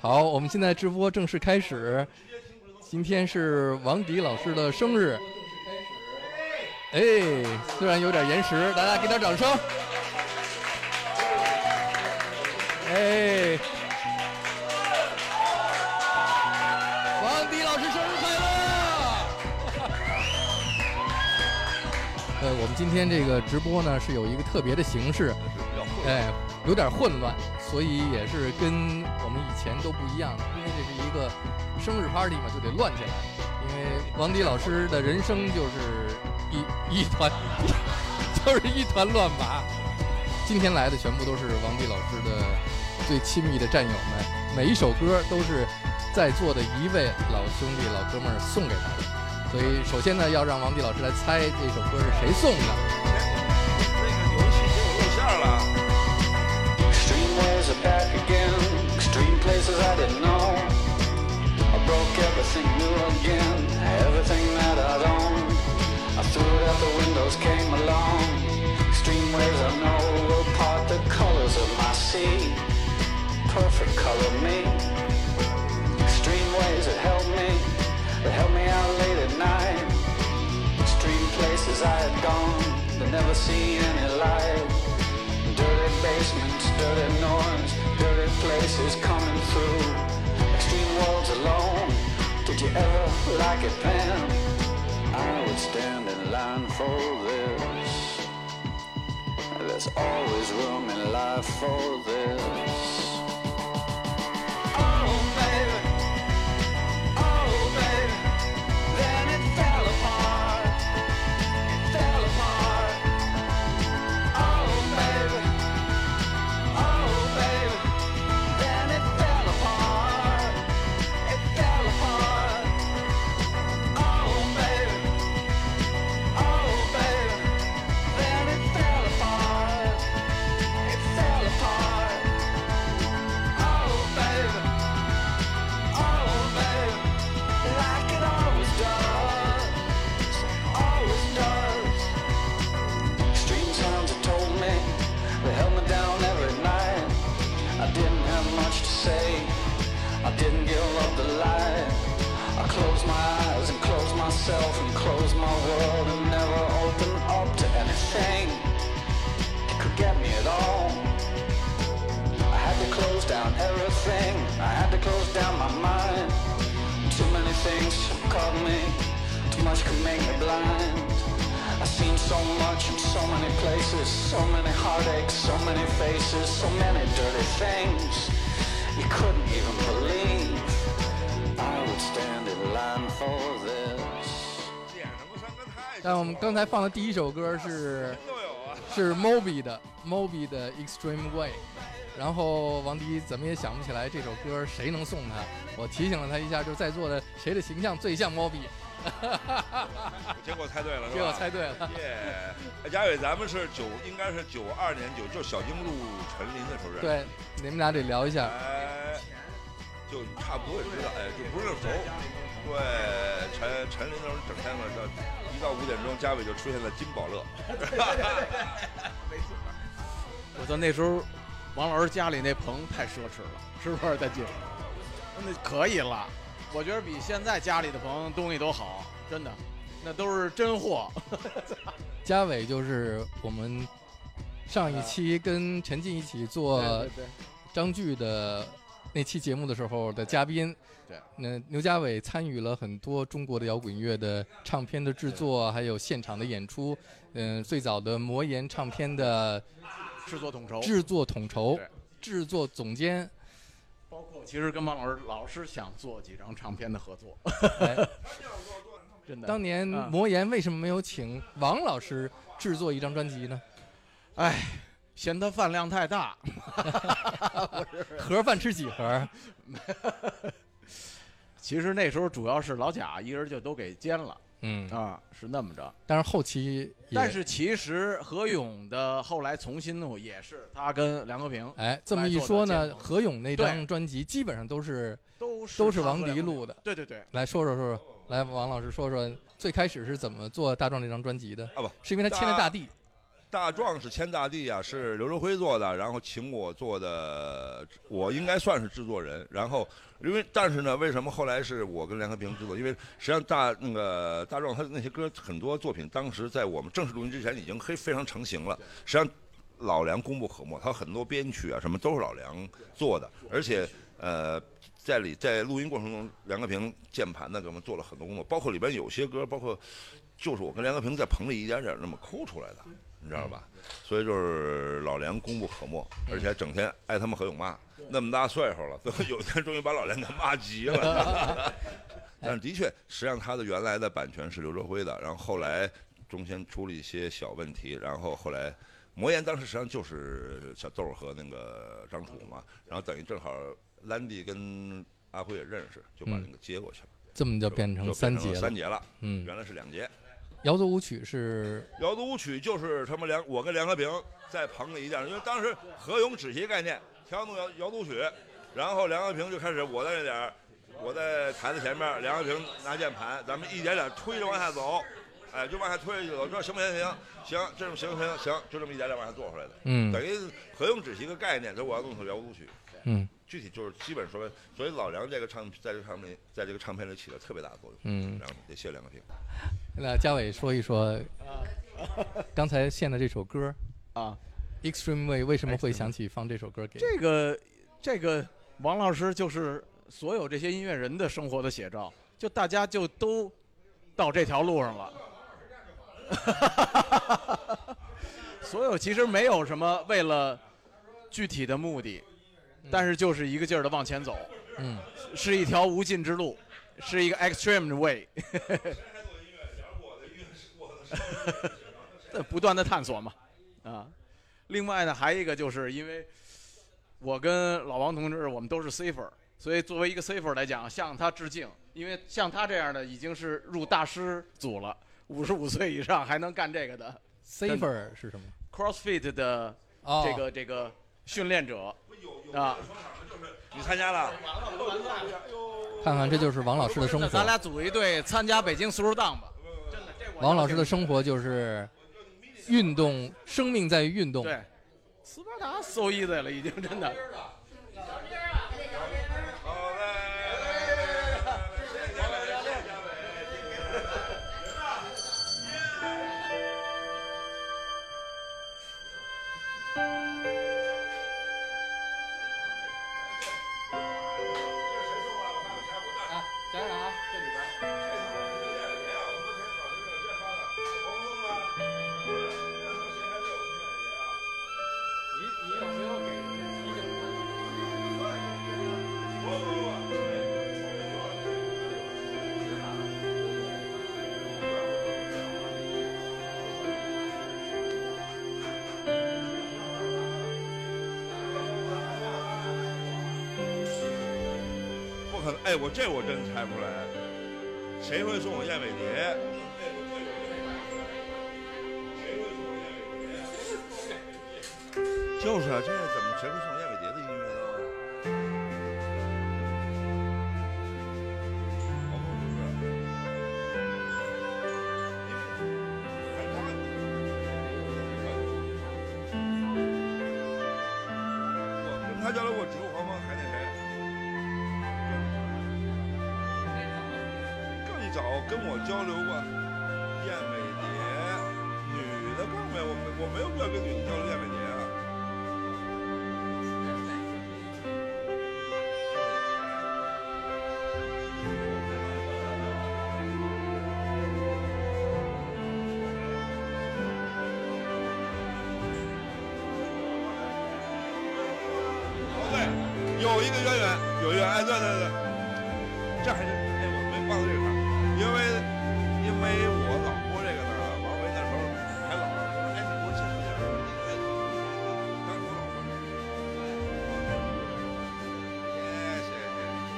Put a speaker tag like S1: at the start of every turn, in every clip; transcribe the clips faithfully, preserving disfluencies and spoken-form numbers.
S1: 好，我们现在直播正式开始。今天是王迪老师的生日，哎，虽然有点延时，大家给点掌声。哎，王迪老师生日快乐！呃，我们今天这个直播呢是有一个特别的形式，哎，有点混乱，所以也是跟我们以前都不一样，因为这是一个生日 party 嘛，就得乱起来。因为王迪老师的人生就是一一团，就是一团乱麻。今天来的全部都是王迪老师的最亲密的战友们，每一首歌都是在座的一位老兄弟、老哥们儿送给他的。所以首先呢，要让王迪老师来猜这首歌是谁送的。
S2: 那个游戏给我露馅了。
S3: Extreme ways are back again. Extreme places I didn't know. I broke everything new again. Everything that I'd owned. I threw it out the windows, came along. Extreme ways I know will part the colors of my sea. Perfect color me. Extreme ways that help me. That help me out late at night. Extreme places I had gone. That never see any light. Dirty basements, dirty noise, dirty places coming through. Extreme worlds alone. Did you ever like it then? I would stand in line for this. There's always room in life for this. Oh baby, oh baby, then it fell apart. It fell apart. Oh baby, oh baby, then it fell apart. It fell apart. Oh baby, oh baby, then it fell apart. It fell apart. Oh baby, oh baby, like it always does, always does. Extreme sounds have told me, they held me down every night. I didn't have much to say, I didn't give up the light. I closed my eyes and closed myself and closed my world and never opened up to anything that could get me at all. I had to close down everything, I had to close down my mind. Too many things caught me, too much could make me blind. I've seen so much in so many places, so many heartaches, so many faces, so many dirty things you couldn't even believe. I would stand in line for this.
S2: 点什么三个太。
S1: 但我们刚才放的第一首歌是
S2: 都有啊。
S1: 是 Moby 的 Moby 的 Extreme Way， 然后王迪怎么也想不起来这首歌谁能送他，我提醒了他一下，就是在座的谁的形象最像 Moby，
S2: 结果猜对了是吧？
S1: 结果猜对了。
S2: 耶！哎，嘉伟，咱们是九，应该是九二年九，就是小金路陈林的时候认识。
S1: 对，你们俩得聊一下。
S2: 哎，就差不多也知道，哎，就不是熟。对，陈陈林那时候整天嘛，到一到五点钟，嘉伟就出现在金宝乐。
S4: 没错。我说那时候王老师家里那棚太奢侈了，是不是大姐？那可以了，我觉得比现在家里的棚东西都好，真的，那都是真货。
S1: 嘉伟就是我们上一期跟陈进一起做张炬的那期节目的时候的嘉宾。
S4: 对，
S1: 那牛嘉伟参与了很多中国的摇滚乐的唱片的制作，还有现场的演出。嗯、呃，最早的魔岩唱片的
S4: 制作统筹、
S1: 制作统筹、制作总监，
S4: 包括其实跟王老师老是想做几张唱片的合作。
S1: 哎、
S4: 真的，
S1: 当年魔岩为什么没有请王老师制作一张专辑呢？
S4: 哎，嫌他饭量太大。
S1: 盒饭吃几盒？
S4: 其实那时候主要是老贾一人就都给兼了，
S1: 嗯
S4: 啊，是那么着。
S1: 但是后期，
S4: 但是其实何勇的后来重新呢，也是他跟梁和平。
S1: 哎，这么一说呢，何勇那张专辑基本上都是
S4: 都是
S1: 都是王迪录的。
S4: 对对对，
S1: 来说说说说，来王老师说说最开始是怎么做大壮这张专辑的？
S2: 啊不，
S1: 是因为他签了大地。
S2: 大壮是千大地啊，是刘德辉做的，然后请我做的，我应该算是制作人。然后因为但是呢，为什么后来是我跟梁和平制作？因为实际上大那个大壮他的那些歌很多作品，当时在我们正式录音之前已经非非常成型了。实际上老梁功不可没，他很多编曲啊什么都是老梁做的，而且呃。在里在录音过程中，梁和平键盘呢给我们做了很多工作，包括里边有些歌，包括就是我跟梁和平在棚里一点点那么抠出来的，你知道吧？所以就是老梁功不可没，而且整天挨他们何勇骂，那么大岁数了，都有一天终于把老梁给骂急了。但是的确，实际上他的原来的版权是刘哲辉的，然后后来中间出了一些小问题，然后后来魔岩当时实际上就是小豆和那个张楚嘛，然后等于正好。兰迪跟阿辉也认识，就把那个接过去了，
S1: 嗯、这么就变成三节了。
S2: 三节了，
S1: 嗯，
S2: 原来是两节。
S1: 瑶族舞曲是
S2: 瑶族舞曲，就是他们梁我跟梁和平在棚里一点，因为当时何勇只一概念，调弄瑶瑶族曲，然后梁和平就开始我在那点，我在台子前面，梁和平拿键盘，咱们一点点推着往下走，哎，就往下推着走，说行不行？行行，这种行行行，就这么一点点往下做出来的。嗯，等于何勇只是一个概念，就我要弄成瑶族曲。
S1: 嗯。
S2: 具体就是基本说，所以老梁这个唱在这个唱片里，在这个唱片里起了特别大的作用。嗯，然后也谢梁和平。
S1: 那嘉伟说一说，刚才献的这首歌
S4: 啊
S1: ，Extreme Way 为什么会想起放这首歌给？
S4: 这个这个王老师就是所有这些音乐人的生活的写照，就大家就都到这条路上了。所有其实没有什么为了具体的目的。但是就是一个劲儿的往前走，嗯，是一条无尽之路，是一个 extreme way， 不断的探索嘛，啊，另外呢还有一个就是因为我跟老王同志我们都是 cipher， 所以作为一个 cipher 来讲，向他致敬，因为像他这样的已经是入大师组了，五十五岁以上还能干这个的
S1: cipher 是什么
S4: ？CrossFit 的这个、哦、这个训练者。啊！
S2: 你参加了？
S1: 看看，这就是王老师的生活。
S4: 咱俩组一队参加北京 Throwdown 吧。真的，这
S1: 王老师的生活就是运动，生命在于运动。
S4: 对，斯巴达 so easy 了，已经真的。
S2: 哎，我这我真猜不出来，谁会送我燕尾蝶？就是啊，这怎么谁会送我燕尾蝶的音乐呢？王峰不是，我跟他交流过植物黄蜂，还那谁？早跟我交流过燕尾蝶，女的更没有，我没我没有必要跟女的交流燕尾蝶啊。哦对，有一个渊源，有一个哎对对对，这还是哎我没忘了这个事儿。因为，因为我老播这个呢，王维那时候还老说，哎，你给我介绍一下，你看，当时我老说，谢谢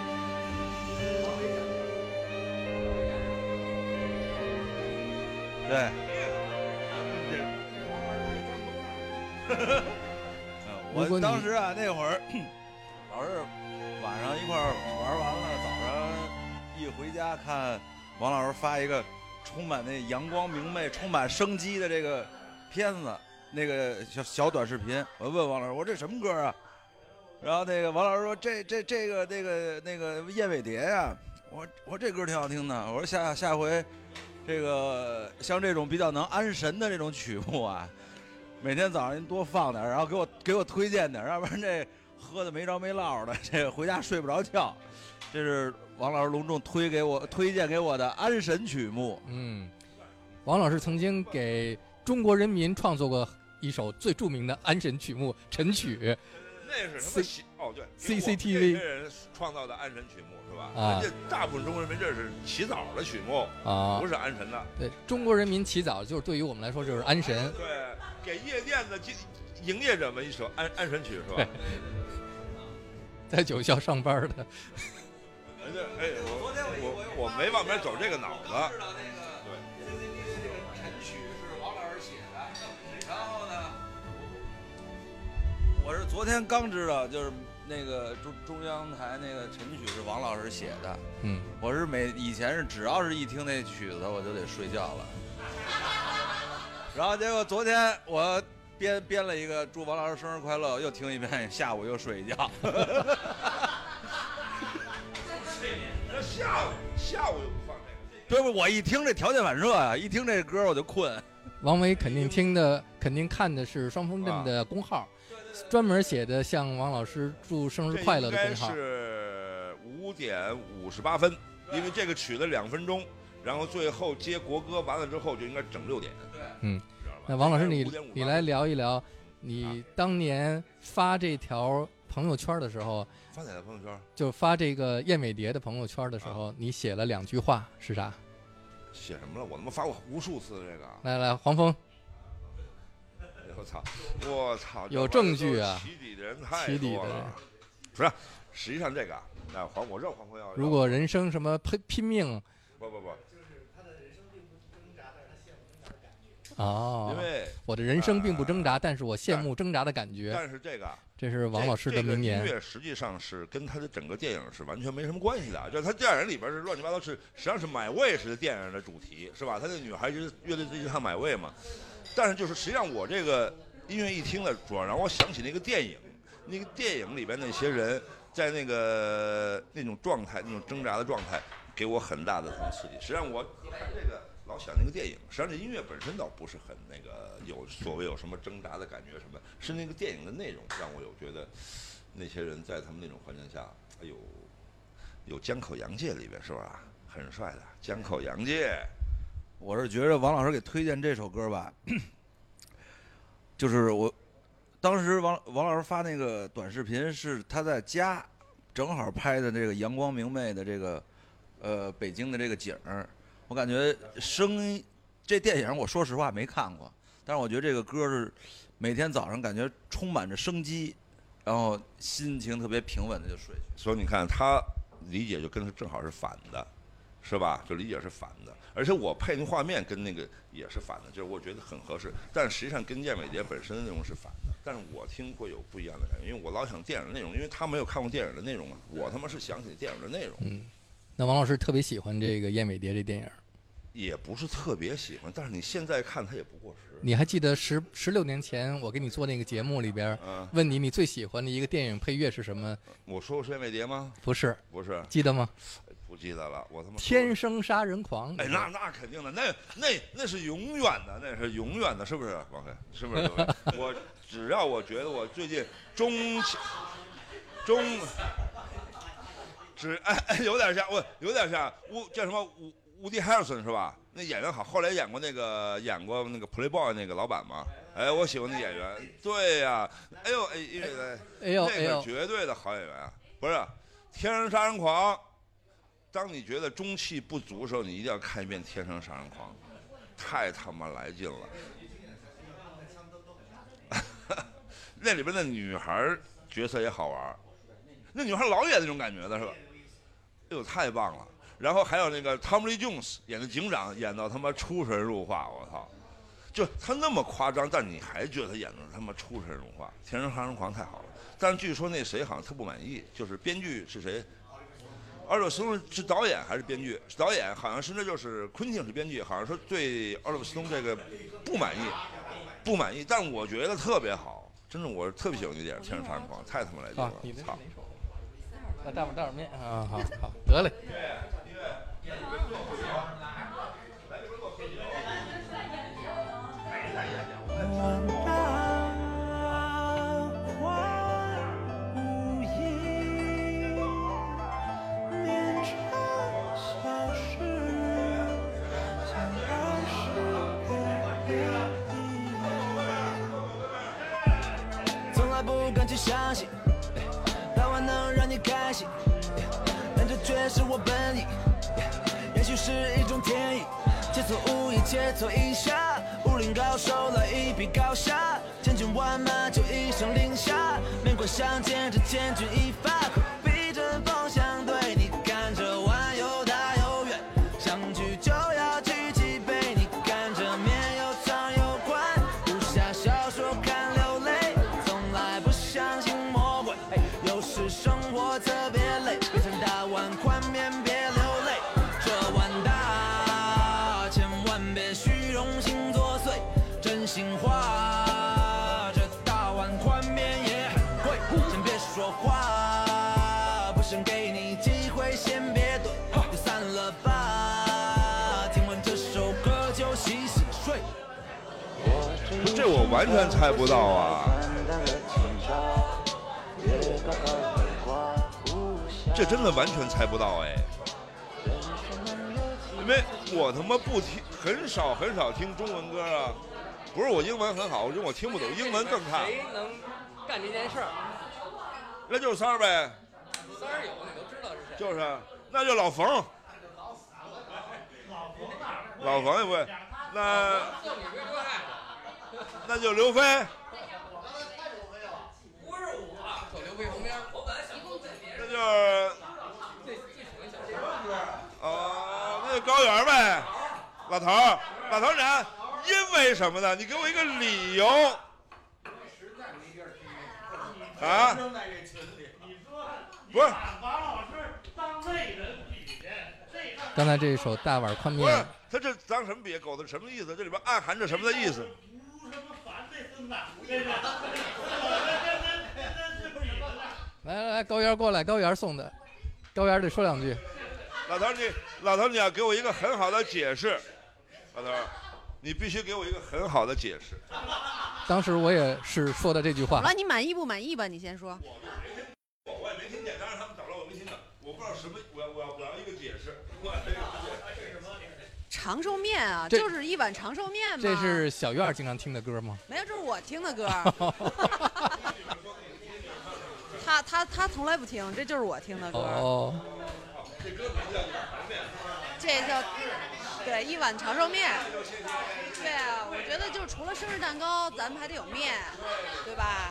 S5: 谢。对。我当时啊，那会儿老是晚上一块儿玩完了，早上一回家看。王老师发一个充满那阳光明媚、充满生机的这个片子， 那个小小短视频，我问王老师，我说这什么歌啊？然后那个王老师说这这这个那个那个燕尾蝶呀、啊，我我说这歌挺好听的，我说下下回这个像这种比较能安神的这种曲目啊，每天早上您多放点，然后给我给我推荐点，要不然这喝的没着没落的，这个回家睡不着觉。这是王老师隆重推给我推荐给我的安神曲目。
S1: 嗯，王老师曾经给中国人民创作过一首最著名的安神曲目《晨曲》。
S2: 那是什么？哦，对
S1: ，C C T V
S2: 这些人创造的安神曲目是吧？
S1: 啊，
S2: 人家大部分中国人民这是起早的曲目
S1: 啊，
S2: 不是安神的。
S1: 对，中国人民起早就是对于我们来说就是安神。
S2: 对，给夜店的营业者们一首安安神曲是吧？
S1: 在九校上班的。
S2: 人家哎，我我我没往边走这个脑子。对。
S5: 这个晨曲是王老师写的，然后呢？我是昨天刚知道，就是那个中中央台那个晨曲是王老师写的。
S1: 嗯，
S5: 我是每以前是只要是一听那曲子我就得睡觉了，然后结果昨天我编编了一个祝王老师生日快乐，又听一遍，下午又睡一觉。
S2: 那下午下午又不放这个？
S5: 对不？我一听这条件反射啊，一听这歌我就困。
S1: 王维肯定听的，肯定看的是双峰镇的公号。啊，专门写的向王老师祝生日快乐的公号，
S2: 是五点五十八分，因为这个曲子两分钟，然后最后接国歌完了之后就应该整六点。
S5: 对，
S1: 嗯，那王老师你你来聊一聊，你当年发这条朋友圈的时候，
S2: 发哪条朋友圈？就
S1: 发这个燕尾蝶的朋友圈的时候，啊，你写了两句话是啥？
S2: 写什么了？我他妈发过无数次这个。
S1: 来来，黄蜂。
S2: 我操！我操！
S1: 有证据啊！
S2: 起底的人太多了。不是，实际上这个啊，那黄我让黄蜂要。
S1: 如果人生什么拼拼命，
S2: 不不不，
S6: 就是他的人生并不挣扎，但是他羡慕挣扎的感觉。
S1: 哦，
S2: 因为
S1: 我的人生并不挣扎，但是我羡慕挣扎的感觉。
S2: 但是这个，
S1: 这是王老师的名言。
S2: 这个音乐实际上是跟他的整个电影是完全没什么关系的，就是他电影里边是乱七八糟，是实际上是买位式的电影的主题，是吧？他那女孩就是乐队自己唱买位嘛。但是就是实际上我这个。音乐一听了，主要让我想起那个电影，那个电影里边那些人在那个那种状态、那种挣扎的状态，给我很大的刺激。实际上我看这个老想那个电影，实际上这音乐本身倒不是很那个有所谓有什么挣扎的感觉什么，是那个电影的内容让我有觉得那些人在他们那种环境下，哎呦，有江口洋介里边是吧？很帅的江口洋介。
S5: 我是觉得王老师给推荐这首歌吧。就是我，当时王王老师发那个短视频是他在家，正好拍的这个阳光明媚的这个，呃，北京的这个景儿。我感觉声这电影我说实话没看过，但是我觉得这个歌是每天早上感觉充满着生机，然后心情特别平稳的就睡去。
S2: 所以你看他理解就跟他正好是反的，是吧？就理解是反的。而且我配那画面跟那个也是反的，就是我觉得很合适，但实际上跟燕尾蝶本身的内容是反的。但是我听会有不一样的感觉，因为我老想电影的内容，因为他没有看过电影的内容啊，我他妈是想起电影的内容。
S1: 嗯，那王老师特别喜欢这个燕尾蝶这电影，
S2: 也不是特别喜欢，但是你现在看它也不过时。
S1: 你还记得十十六年前我给你做那个节目里边，嗯、问你你最喜欢的一个电影配乐是什么？
S2: 我说过是燕尾蝶吗？
S1: 不是，
S2: 不是，
S1: 记得吗？
S2: 不记得了，我他妈
S1: 天生杀人狂。
S2: 哎，那那肯定的，那那那是永远的，那是永远的，是不是？王黑，是不是？我只要我觉得我最近中中，只哎哎有点像，我有点像乌叫什么乌乌迪·海尔森是吧？那演员好，后来演过那个演过那个 Playboy 那个老板嘛。哎，我喜欢那演员。对呀、啊，哎呦哎因为
S1: 哎呦
S2: 那个绝对的好演员啊，不是《天生杀人狂》。当你觉得中气不足的时候，你一定要看一遍《天生杀人狂》，太他妈来劲了。那里边的女孩角色也好玩，那女孩老演那种感觉的是吧？哎呦，太棒了！然后还有那个 Tommy Lee Jones 演的警长，演到他妈出神入化，我操！就他那么夸张，但你还觉得他演的他妈出神入化，《天生杀人狂》太好了。但是据说那谁好像特不满意，就是编剧是谁？奥利弗·斯通是导演还是编剧？是导演，好像是那就是昆汀是编剧，好像说对奥利弗·斯通这个不满意， 不满意，但我觉得特别好，真的，我特别喜欢这电影《天上长光》，太他妈来劲了！
S1: 你的是
S2: 操
S1: 哪首？那大碗大碗面啊，好好得嘞。
S3: 从来不敢去相信，早晚能让你开心，但这却是我本意，也许是一种天意。切磋武艺，切磋一下，武林高手来一匹高下，千军万马就一声令下，面馆相见这千钧一发，可逼阵风相对，你看这碗又大又圆，相聚就要举起杯，你看这面又长又宽，武侠小说看流泪，从来不相信魔鬼，有时生活特别累，别成大碗宽面别流泪，这碗大千万别虚荣心作祟，真心话这大碗宽面也很贵，先别说话，不想给你机会，先别怼，就散了吧，听完这首歌就洗洗睡。
S2: 这我完全猜不到啊！这真的完全猜不到哎，因为我他妈不听，很少很少听中文歌啊。不是我英文很好，我觉得我听不懂，英文更差。
S1: 谁能干这件事儿？
S2: 那就是三儿呗，
S1: 三儿有你都知道是谁。
S2: 就是，那就老冯。老冯也不会，那那就刘飞。
S1: 不是我，走刘飞旁边。我本来想说在别人。
S2: 那就是
S1: 最最喜欢小什么歌？
S2: 哦，那就高原呗，老头儿，老头儿呢？因为什么呢？你给我一个理由。啊？不是。
S1: 刚才这首大碗宽
S2: 不是
S1: 面，，
S2: 他这当什么比？狗子什么意思？这里边暗含着什么的意思？
S1: 来来来，高原过来，高原送的，高原得说两句。
S2: 老头儿，你老头儿，你要给我一个很好的解释。老头儿，你必须给我一个很好的解释。
S1: 当时我也是说的这句话
S7: 好。了，你满意不满意吧？你先说。
S2: 我我也没听见，当然他们找了我没听见，我不知道什么，我要我要我要一个解释。
S7: 长寿面啊，
S1: 这
S7: 就是一碗长寿面嘛。
S1: 这是小院儿经常听的歌吗？
S7: 没有，这是我听的歌。他他他从来不听，这就是我听的歌。
S1: 哦，
S2: 这歌名叫一碗长面。
S7: 这叫对一碗长寿面。对啊，我觉得就除了生日蛋糕，咱们还得有面，对吧？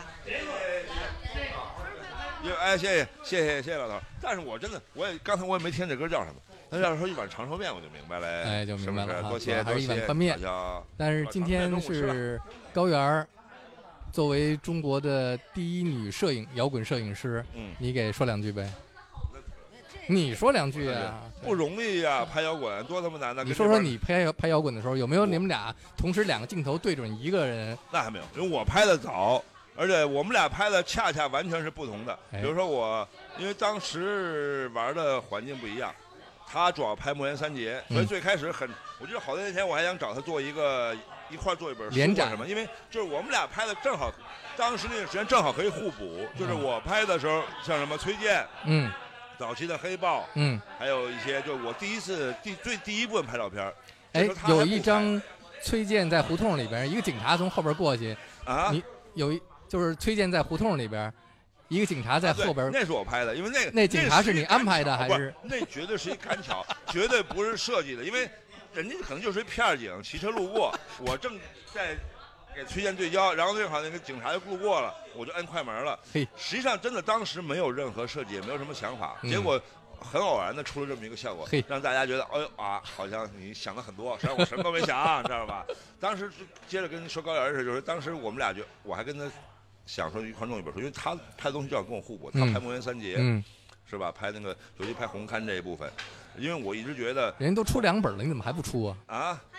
S2: 因为哎，谢谢谢谢谢谢老头儿。但是我真的，我也刚才我也没听这歌叫什么。他要是说一碗长寿面，我就明白了。
S1: 哎就明白了哈
S2: 是不是多谢
S1: 还是一碗宽面但是今天是高原儿作为中国的第一女摄影摇滚摄影师，
S2: 嗯，
S1: 你给说两句呗。你说两句啊，
S2: 不容易呀、拍摇滚多他妈难的。
S1: 你说说你拍拍摇滚的时候，有没有你们俩同时两个镜头对准一个人？
S2: 那还没有，因为我拍的早，而且我们俩拍的恰恰完全是不同的。
S1: 哎
S2: 比如说我，因为当时玩的环境不一样，他主要拍莫言三杰，所以最开始很，我记得好多年前我还想找他做一个一块做一本书
S1: 连展
S2: 或什么，因为就是我们俩拍的正好，当时那个时间正好可以互补。就是我拍的时候，像什么崔健，
S1: 嗯，
S2: 早期的黑豹，
S1: 嗯，
S2: 还有一些，就我第一次第最第一部分拍照片，
S1: 哎
S2: 那时候他，还
S1: 有
S2: 不
S1: 一张崔健在胡同里边，一个警察从后边过去，
S2: 啊，
S1: 你有一就是崔健在胡同里边，一个警察在后边，
S2: 啊、那是我拍的，因为那个
S1: 那警察是你安排的还是？
S2: 那绝对是一赶巧，绝对不是设计的，因为人家可能就是一片警，骑车路过，我正在给崔健对焦，然后正好那个警察就路过了，我就摁快门了。
S1: 嘿，
S2: 实际上真的当时没有任何设计，也没有什么想法，
S1: 嗯、
S2: 结果很偶然的出了这么一个效果，
S1: 嘿，
S2: 让大家觉得，哎呦啊，好像你想的很多，实际上我什么都没想，知道吧？当时接着跟您说高原的事，就是当时我们俩就，我还跟他想说一块弄一本书，因为他拍的东西就要跟我互补，他拍莫言三杰，
S1: 嗯，
S2: 是吧？拍那个尤其拍红磡这一部分，因为我一直觉得
S1: 人家都出两本了，你怎么还不出啊？
S2: 啊，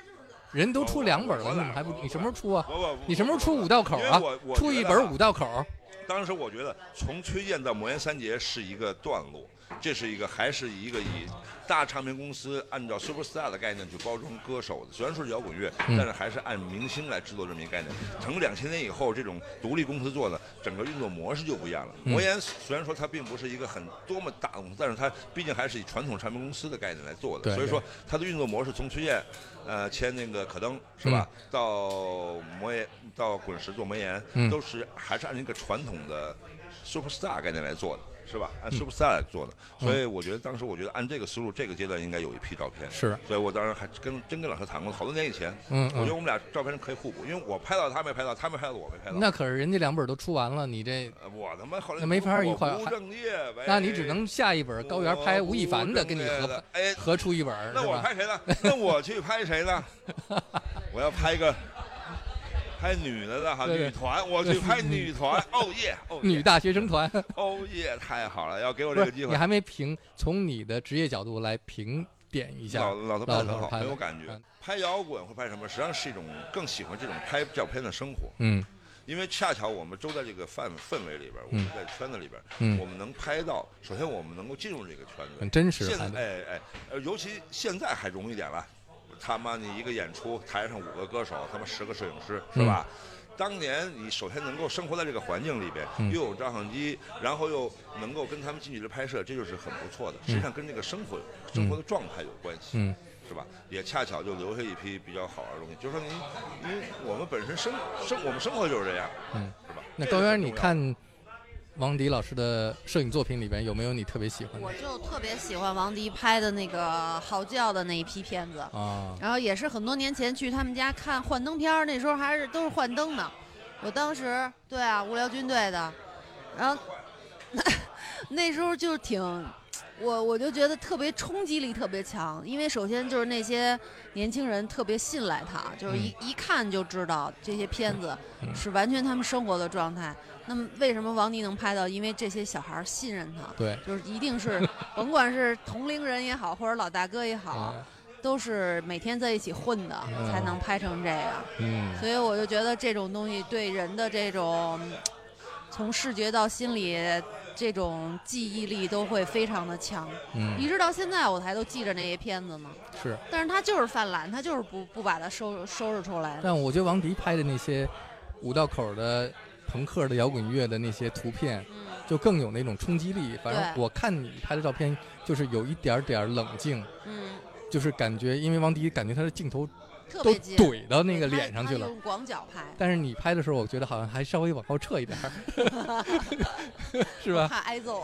S1: 人都出两本了，你们还不？你什么时候出啊？
S2: 我我
S1: 你什么时候出五道口啊？出一本五道口。
S2: 当时我觉得从崔健到魔岩三杰是一个段落，这是一个还是一个以大唱片公司按照 superstar 的概念去包装歌手的，虽然说是摇滚乐，
S1: 嗯、
S2: 但是还是按明星来制作这么一个概念。从两千年以后，这种独立公司做的整个运作模式就不一样了。
S1: 嗯、
S2: 魔岩虽然说它并不是一个很多么大的公司，但是它毕竟还是以传统唱片公司的概念来做的，所以说它的运作模式从崔健。呃，签那个可登是吧？嗯、到魔岩，到滚石做魔岩，
S1: 嗯、
S2: 都是还是按一个传统的 superstar 概念来做的，是吧？按 superstar 来做的，
S1: 嗯、
S2: 所以我觉得当时我觉得按这个思路，这个阶段应该有一批照片。
S1: 是，
S2: 所以我当时还跟真跟老师谈过，好多年以前。
S1: 嗯，嗯
S2: 我觉得我们俩照片可以互补，因为我拍到他没拍到，他没拍到我没拍到。
S1: 那可是人家两本都出完了，你这
S2: 我他妈后来
S1: 那没法一块
S2: 不务正业呗。
S1: 那你只能下一本高原拍吴亦凡的，跟你合
S2: 哎
S1: 合出一本。
S2: 那我拍谁呢？那我去拍谁呢？我要拍个拍女的的哈，女团，我去拍女团，哦耶，哦
S1: 女大学生团，
S2: 哦耶，太好了，要给我这个机会。
S1: 你还没评，从你的职业角度来评点一下。
S2: 老老头拍的很好，
S1: 很
S2: 有感觉。拍摇滚或拍什么，实际上是一种更喜欢这种拍照片的生活。
S1: 嗯。
S2: 因为恰巧我们都在这个范氛围里边，我们在圈子里边，
S1: 嗯、
S2: 我们能拍到。首先，我们能够进入这个圈子，
S1: 很真实。
S2: 现在，哎哎，呃，尤其现在还容易点了。他妈，你一个演出，台上五个歌手，他妈十个摄影师，是吧？嗯、当年你首先能够生活在这个环境里边，
S1: 嗯、
S2: 又有照相机，然后又能够跟他们近距离拍摄，这就是很不错的。实际上跟这个生活、
S1: 嗯、
S2: 生活的状态有关系。
S1: 嗯。
S2: 是吧？也恰巧就留下一批比较好玩的东西。就是说您，因为我们本身生生我们生活就是这样，
S1: 嗯，
S2: 是吧？
S1: 那高原，你看王迪老师的摄影作品里边有没有你特别喜欢的？
S7: 我就特别喜欢王迪拍的那个嚎叫的那一批片子
S1: 啊，
S7: 然后也是很多年前去他们家看幻灯片，那时候还是都是幻灯呢。我当时对啊，无聊军队的，然后那时候就挺。我我就觉得特别冲击力特别强，因为首先就是那些年轻人特别信赖他，就是一、嗯、一看就知道这些片子是完全他们生活的状态。那么为什么王迪能拍到？因为这些小孩信任他，
S1: 对，
S7: 就是一定是甭管是同龄人也好，或者老大哥也好，嗯、都是每天在一起混的，嗯、才能拍成这样。
S1: 嗯，
S7: 所以我就觉得这种东西对人的这种从视觉到心理。这种记忆力都会非常的强，
S1: 嗯，
S7: 一直到现在我还都记着那些片子呢。
S1: 是，
S7: 但是他就是犯懒，他就是不不把它收收拾出来。
S1: 但我觉得王迪拍的那些五道口的朋克的摇滚乐的那些图片，
S7: 嗯、
S1: 就更有那种冲击力。反正我看你拍的照片，就是有一点点冷静，
S7: 嗯，
S1: 就是感觉，因为王迪感觉他的镜头。
S7: 都
S1: 怼到那个脸上去了，
S7: 用广角拍。
S1: 但是你拍的时候，我觉得好像还稍微往后撤一点，是吧？
S7: 怕挨揍。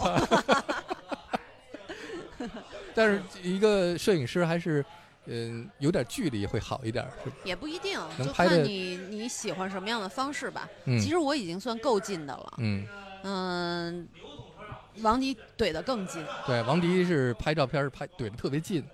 S1: 但是一个摄影师还是，嗯、呃，有点距离会好一点，是吧？
S7: 也不一定，
S1: 能拍
S7: 就看你你喜欢什么样的方式吧。
S1: 嗯、
S7: 其实我已经算够近的了。
S1: 嗯
S7: 嗯，王迪怼得更近。
S1: 对，王迪是拍照片是拍怼得特别近。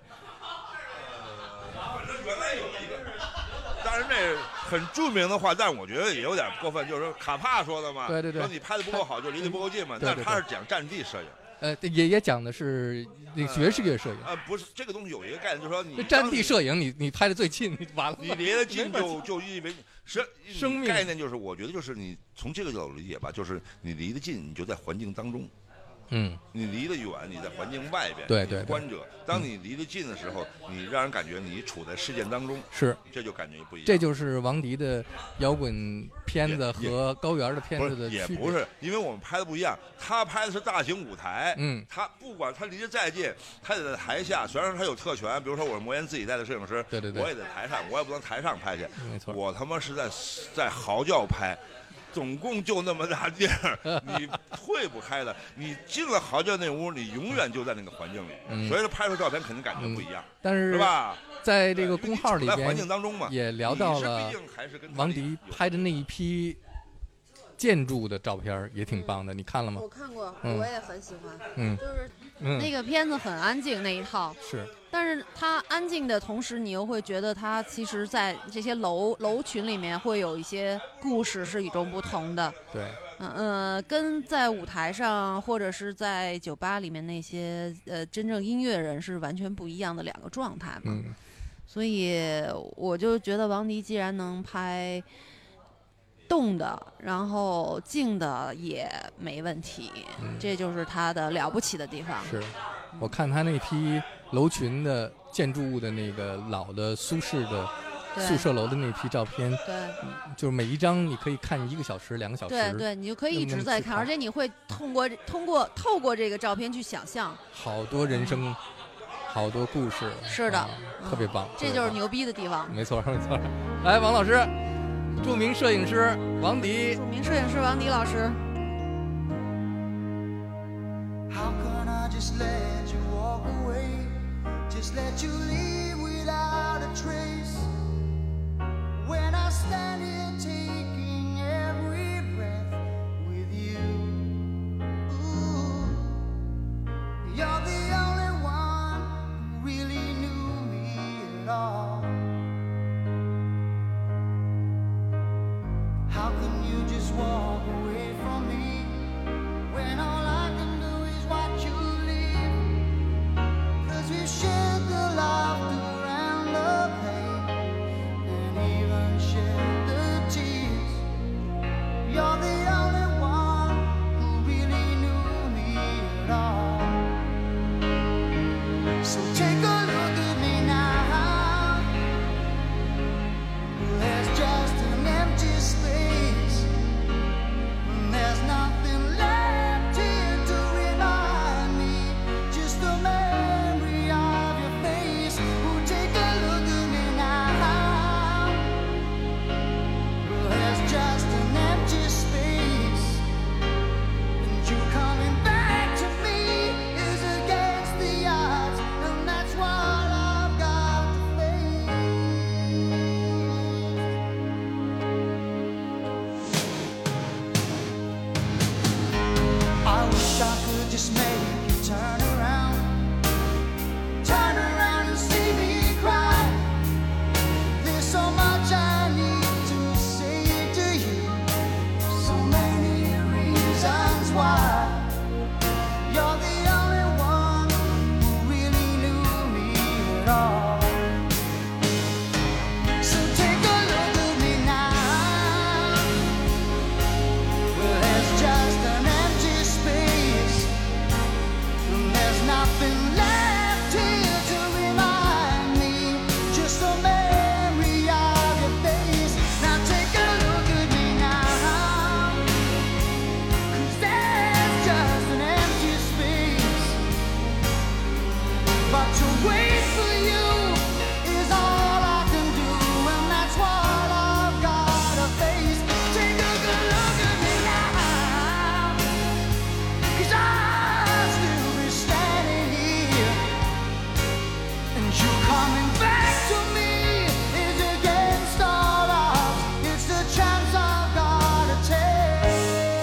S2: 当然这很著名的话，但是我觉得也有点过分，就是说卡帕说的嘛，
S1: 对对对，
S2: 说你拍的不够好就离得不够近嘛。
S1: 对对对，
S2: 但他是讲战地摄影，
S1: 呃，也也讲的是那个爵士乐摄影。
S2: 呃，不是这个东西有一个概念，就是说你
S1: 战地摄影，你你拍的最近，你完了，
S2: 你离得近就就意味是
S1: 生命
S2: 概念，就是我觉得就是你从这个角度理解吧，就是你离得近，你就在环境当中。
S1: 嗯，
S2: 你离得远，你在环境外边，
S1: 对对对，
S2: 观者。当你离得近的时候，嗯、你让人感觉你处在事件当中，
S1: 是，
S2: 这就感觉不一样。
S1: 这就是王迪的摇滚片子和高原的片子的
S2: 区别。也不是，因为我们拍的不一样，他拍的是大型舞台，
S1: 嗯，
S2: 他不管他离得再近，他得在台下，虽然他有特权，比如说我是魔岩自己带的摄影师，
S1: 对对对，
S2: 我也在台上，我也不能台上拍去，
S1: 没错，
S2: 我他妈是在在嚎叫拍。总共就那么大地儿，你退不开的。你进了嚎叫那屋，你永远就在那个环境里，
S1: 嗯、
S2: 所以说拍出照片肯定感觉不一样。
S1: 嗯、但是
S2: 是吧？
S1: 在这个公号里边，
S2: 环境当中嘛，
S1: 也聊到了王迪拍的那一批建筑的照片，也挺棒的。
S7: 嗯、
S1: 你看了吗？
S7: 我看过，
S1: 嗯、
S7: 我也很喜欢。
S1: 嗯，
S7: 就是那个片子很安静，那一套
S1: 是。
S7: 但是它安静的同时，你又会觉得它其实，在这些楼楼群里面会有一些故事是与众不同的。
S1: 对，
S7: 嗯呃，跟在舞台上或者是在酒吧里面那些呃真正音乐人是完全不一样的两个状态嘛。
S1: 嗯，
S7: 所以我就觉得王迪既然能拍动的，然后静的也没问题，
S1: 嗯
S7: 这就是他的了不起的地方。
S1: 是，我看他那批楼群的建筑物的那个老的苏式的
S7: 对
S1: 宿舍楼的那批照片，
S7: 对
S1: 就是每一张你可以看一个小时、两个小时，
S7: 对对，你就可以一直在看，而且你会通过通过透过这个照片去想象。
S1: 好多人生，好多故事。
S7: 是的
S1: 啊
S7: 嗯
S1: 特别棒，
S7: 这就是牛逼的地方。
S1: 没错没错。来，王老师，著名摄影师王迪。
S7: 著名摄影师王迪老师。
S3: How can I just let you walk away? Just let you leave without a trace. When I stand here taking every breath with you. Ooh, you're the only one who really knew me at all. How can you just walk away from me when all I can do is watch you leave? 'Cause we've shared the laughter and the pain, and even shared the tears. You're the only one who really knew me at all. So take a look at me now. There's just an empty space. There's nothing left here to remind me. Just the memory of your face. Oh, take a look at me now. There's just an empty space. And you coming back to me is against the odds. And that's what I've got to face. I wish I could just make you turn around. Turn around and see me cry. There's so much I need to say to you. So many reasons why. You're the only one who really knew me at all. So take a look at me now. Well, there's just an empty space. And there's nothing left here to remind me. Just a memory of your face. Now take a look at me now. 'Cause there's just an empty space. But to wait for you is all I can do. And that's what I've gotta face. Take a good look at me now. 'Cause I'll still be standing here. And you coming back to me is against all odds. It's the chance I've gotta take.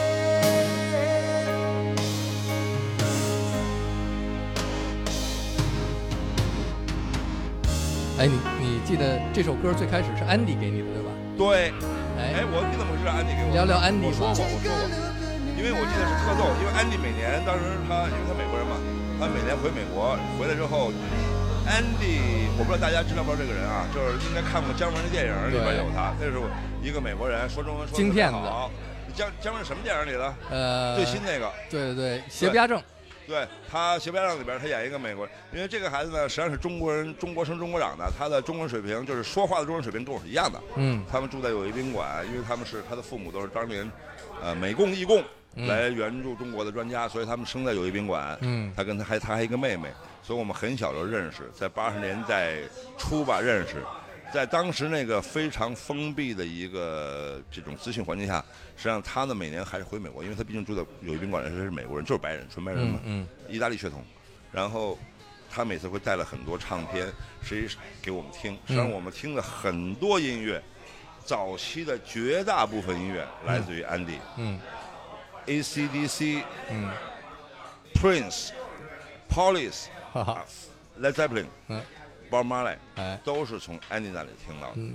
S1: 哎，你你记得这首歌最开始是安迪给你的对吧？
S2: 对，
S1: 哎，
S2: 哎，我你怎么知道安迪给我的？
S1: 聊聊安迪吧
S2: 我说过，。我说过，因为我记得是特逗，因为安迪每年当时他因为他美国人嘛，他每年回美国回来之后，安迪我不知道大家知道不知道这个人啊，就是应该看过姜文的电影里边有他，那是一个美国人说中文说得
S1: 京片子
S2: 特别好。姜姜文什么电影里的？
S1: 呃，
S2: 最新那个。
S1: 对对对，邪不压正。
S2: 对他《邪不压正》里边，他演一个美国人，因为这个孩子呢，实际上是中国人，中国生中国长的，他的中文水平就是说话的中文水平跟我是一样的。
S1: 嗯
S2: 他们住在友谊宾馆，因为他们是他的父母都是当年，呃，美共义共
S1: 嗯
S2: 来援助中国的专家，所以他们生在友谊宾馆。
S1: 嗯
S2: 他跟他还他还一个妹妹，所以我们很小就认识，在八十年代初吧认识。在当时那个非常封闭的一个这种资讯环境下，实际上他呢每年还是回美国，因为他毕竟住在友谊宾馆的是美国人，就是白人，纯白人嘛，
S1: 嗯
S2: 意大利血统。然后他每次会带了很多唱片，实际给我们听。实际上我们听了很多音乐，早期的绝大部分音乐来自于安迪。
S1: 嗯
S2: A C D C、
S1: 嗯
S2: Prince、Police、
S1: 哈哈，
S2: Led Zeppelin、
S1: 嗯
S2: Bob Marley
S1: 哎
S2: 都是从安迪那里听到的。
S1: 嗯，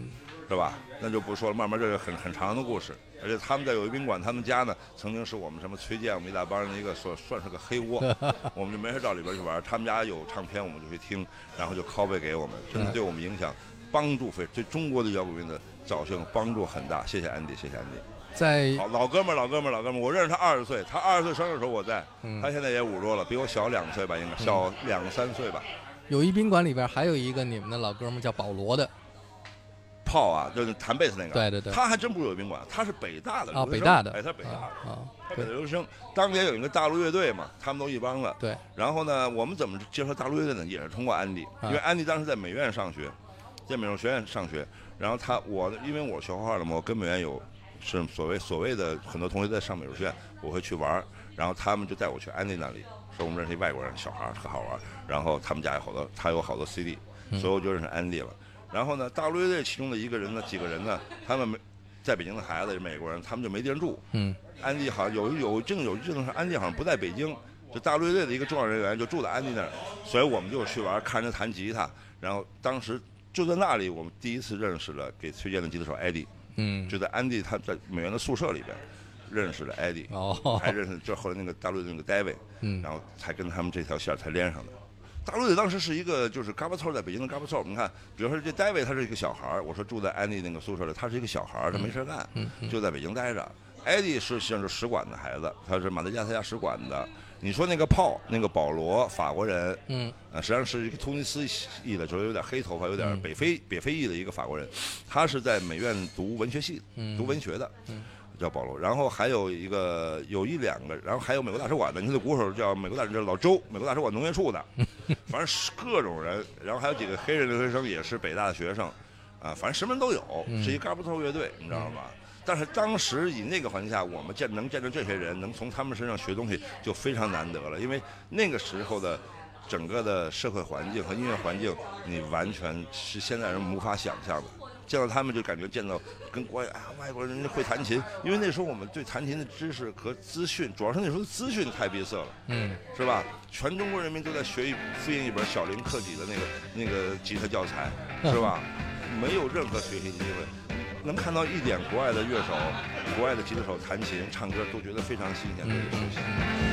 S2: 是吧？那就不说了，慢慢这是很很长的故事。而且他们在友谊宾馆，他们家呢曾经是我们什么崔健我们一大帮人的一个说算是个黑窝，我们就没事到里边去玩。他们家有唱片，我们就去听，然后就拷贝给我们，真的对我们影响帮助非对中国的摇滚乐的造型帮助很大。谢谢安迪，谢谢安迪。
S1: 在
S2: 好老哥们儿，老哥们儿，老哥们儿，我认识他二十岁，他二十岁生日的时候我在，
S1: 嗯
S2: 他现在也五十多了，比我小两岁吧，应该小两三岁吧。
S1: 友谊宾馆里边还有一个你们的老哥们儿叫保罗的，
S2: 炮啊，就是弹贝斯那个。
S1: 对对对，
S2: 他还真不是友谊宾馆，他是北大的
S1: 啊，
S2: 留学生
S1: 北大的，
S2: 哎，他是北大的，
S1: 啊，
S2: 他北大留学生。当年有一个大陆乐队嘛，他们都一帮的。
S1: 对。
S2: 然后呢，我们怎么接触大陆乐队呢？也是通过安迪，因为安迪当时在美院上学，在美术学院上学。然后他我因为我学画画的嘛，我跟美院有是所谓所谓的很多同学在上美术学院，我会去玩，然后他们就带我去安迪那里，说我们认识一外国人，小孩特好玩。然后他们家有好多，他有好多 C D，所以我就认识安迪了。然后呢，大陆乐队其中的一个人呢，几个人呢，他们没在北京的孩子，美国人，他们就没地方住。
S1: 嗯，
S2: 安迪好像有有正有正是安迪好像不在北京，就大陆乐队的一个重要人员就住在安迪那儿，所以我们就去玩，看着弹吉他。然后当时就在那里，我们第一次认识了给崔健的吉他手艾迪。
S1: 嗯，
S2: 就在安迪他在美院的宿舍里边认识了艾迪，
S1: 哦，
S2: 还认识就后来那个大陆的那个 David，
S1: 嗯，
S2: 然后才跟他们这条线才连上的。大陆队当时是一个就是嘎巴凑，在北京的嘎巴凑。你看，比如说这 David 他是一个小孩儿，我说住在安迪那个宿舍里，他是一个小孩儿，他没事干，
S1: 嗯嗯、
S2: 就在北京待着。艾迪是实际上是使馆的孩子，他是马达加斯加使馆的。你说那个炮，那个保罗，法国人，
S1: 嗯，
S2: 呃，实际上是一个突尼斯裔的，就是有点黑头发，有点北非、嗯、北非裔的一个法国人，他是在美院读文学系，
S1: 嗯、
S2: 读文学的，
S1: 嗯，
S2: 叫保罗。然后还有一个有一两个，然后还有美国大使馆的，你看那鼓手叫美国大使叫老周，美国大使馆农业处的，反正是各种人。然后还有几个黑人留学生，也是北大的学生，啊，反正什么人都有，是一嘎巴头乐队，你知道吗？嗯，但是当时以那个环境下，我们见能见着这些人，能从他们身上学东西，就非常难得了。因为那个时候的整个的社会环境和音乐环境，你完全是现在人无法想象的。见到他们就感觉见到跟国外啊外国人会弹琴，因为那时候我们对弹琴的知识和资讯，主要是那时候的资讯太闭塞了，
S1: 嗯，
S2: 是吧？全中国人民都在学一复印一本小林克己的那个那个吉他教材，是吧？没有任何学习机会。能看到一点国外的乐手、国外的吉他手弹琴、唱歌，都觉得非常新鲜的一个事情。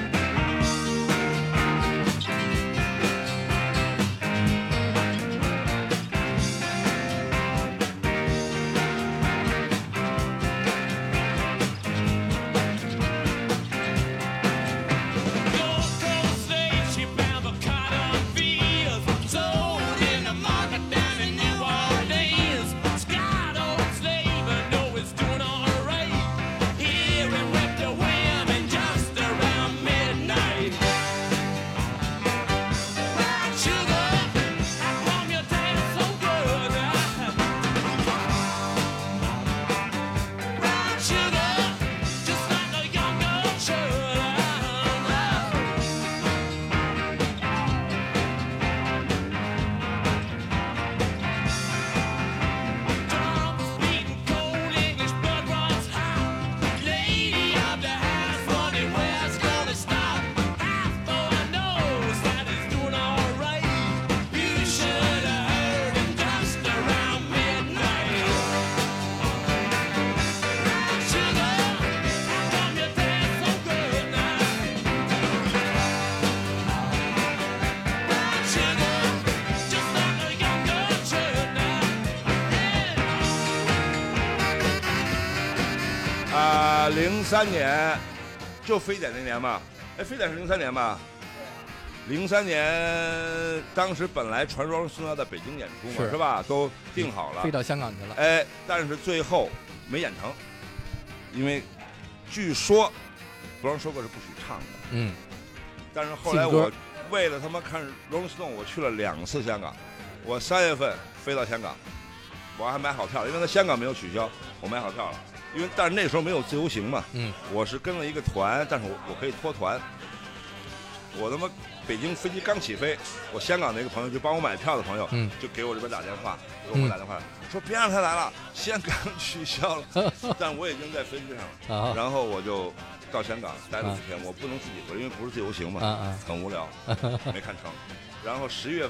S2: 零三年，就非典那年吧，哎，非典是零三年吧？零三年，当时本来传说是要在北京演出嘛，是, 是吧？都定好了，
S1: 飞到香港去了。
S2: 哎，但是最后没演成，因为据说罗荣说过是不许唱的。
S1: 嗯。
S2: 但是后来我为了他妈看罗荣斯顿，我去了两次香港。我三月份飞到香港，我还买好票，因为他香港没有取消，我买好票了。因为但是那时候没有自由行嘛，
S1: 嗯，
S2: 我是跟了一个团，但是我我可以脱团。我他妈北京飞机刚起飞，我香港的一个朋友就帮我买票的朋友，
S1: 嗯，
S2: 就给我这边打电话，给我打电话、嗯、说别让他来了，香港取消了，但我已经在飞机上了，然后我就到香港待了几天，我不能自己回，因为不是自由行嘛，很无聊，没看成。然后十一月份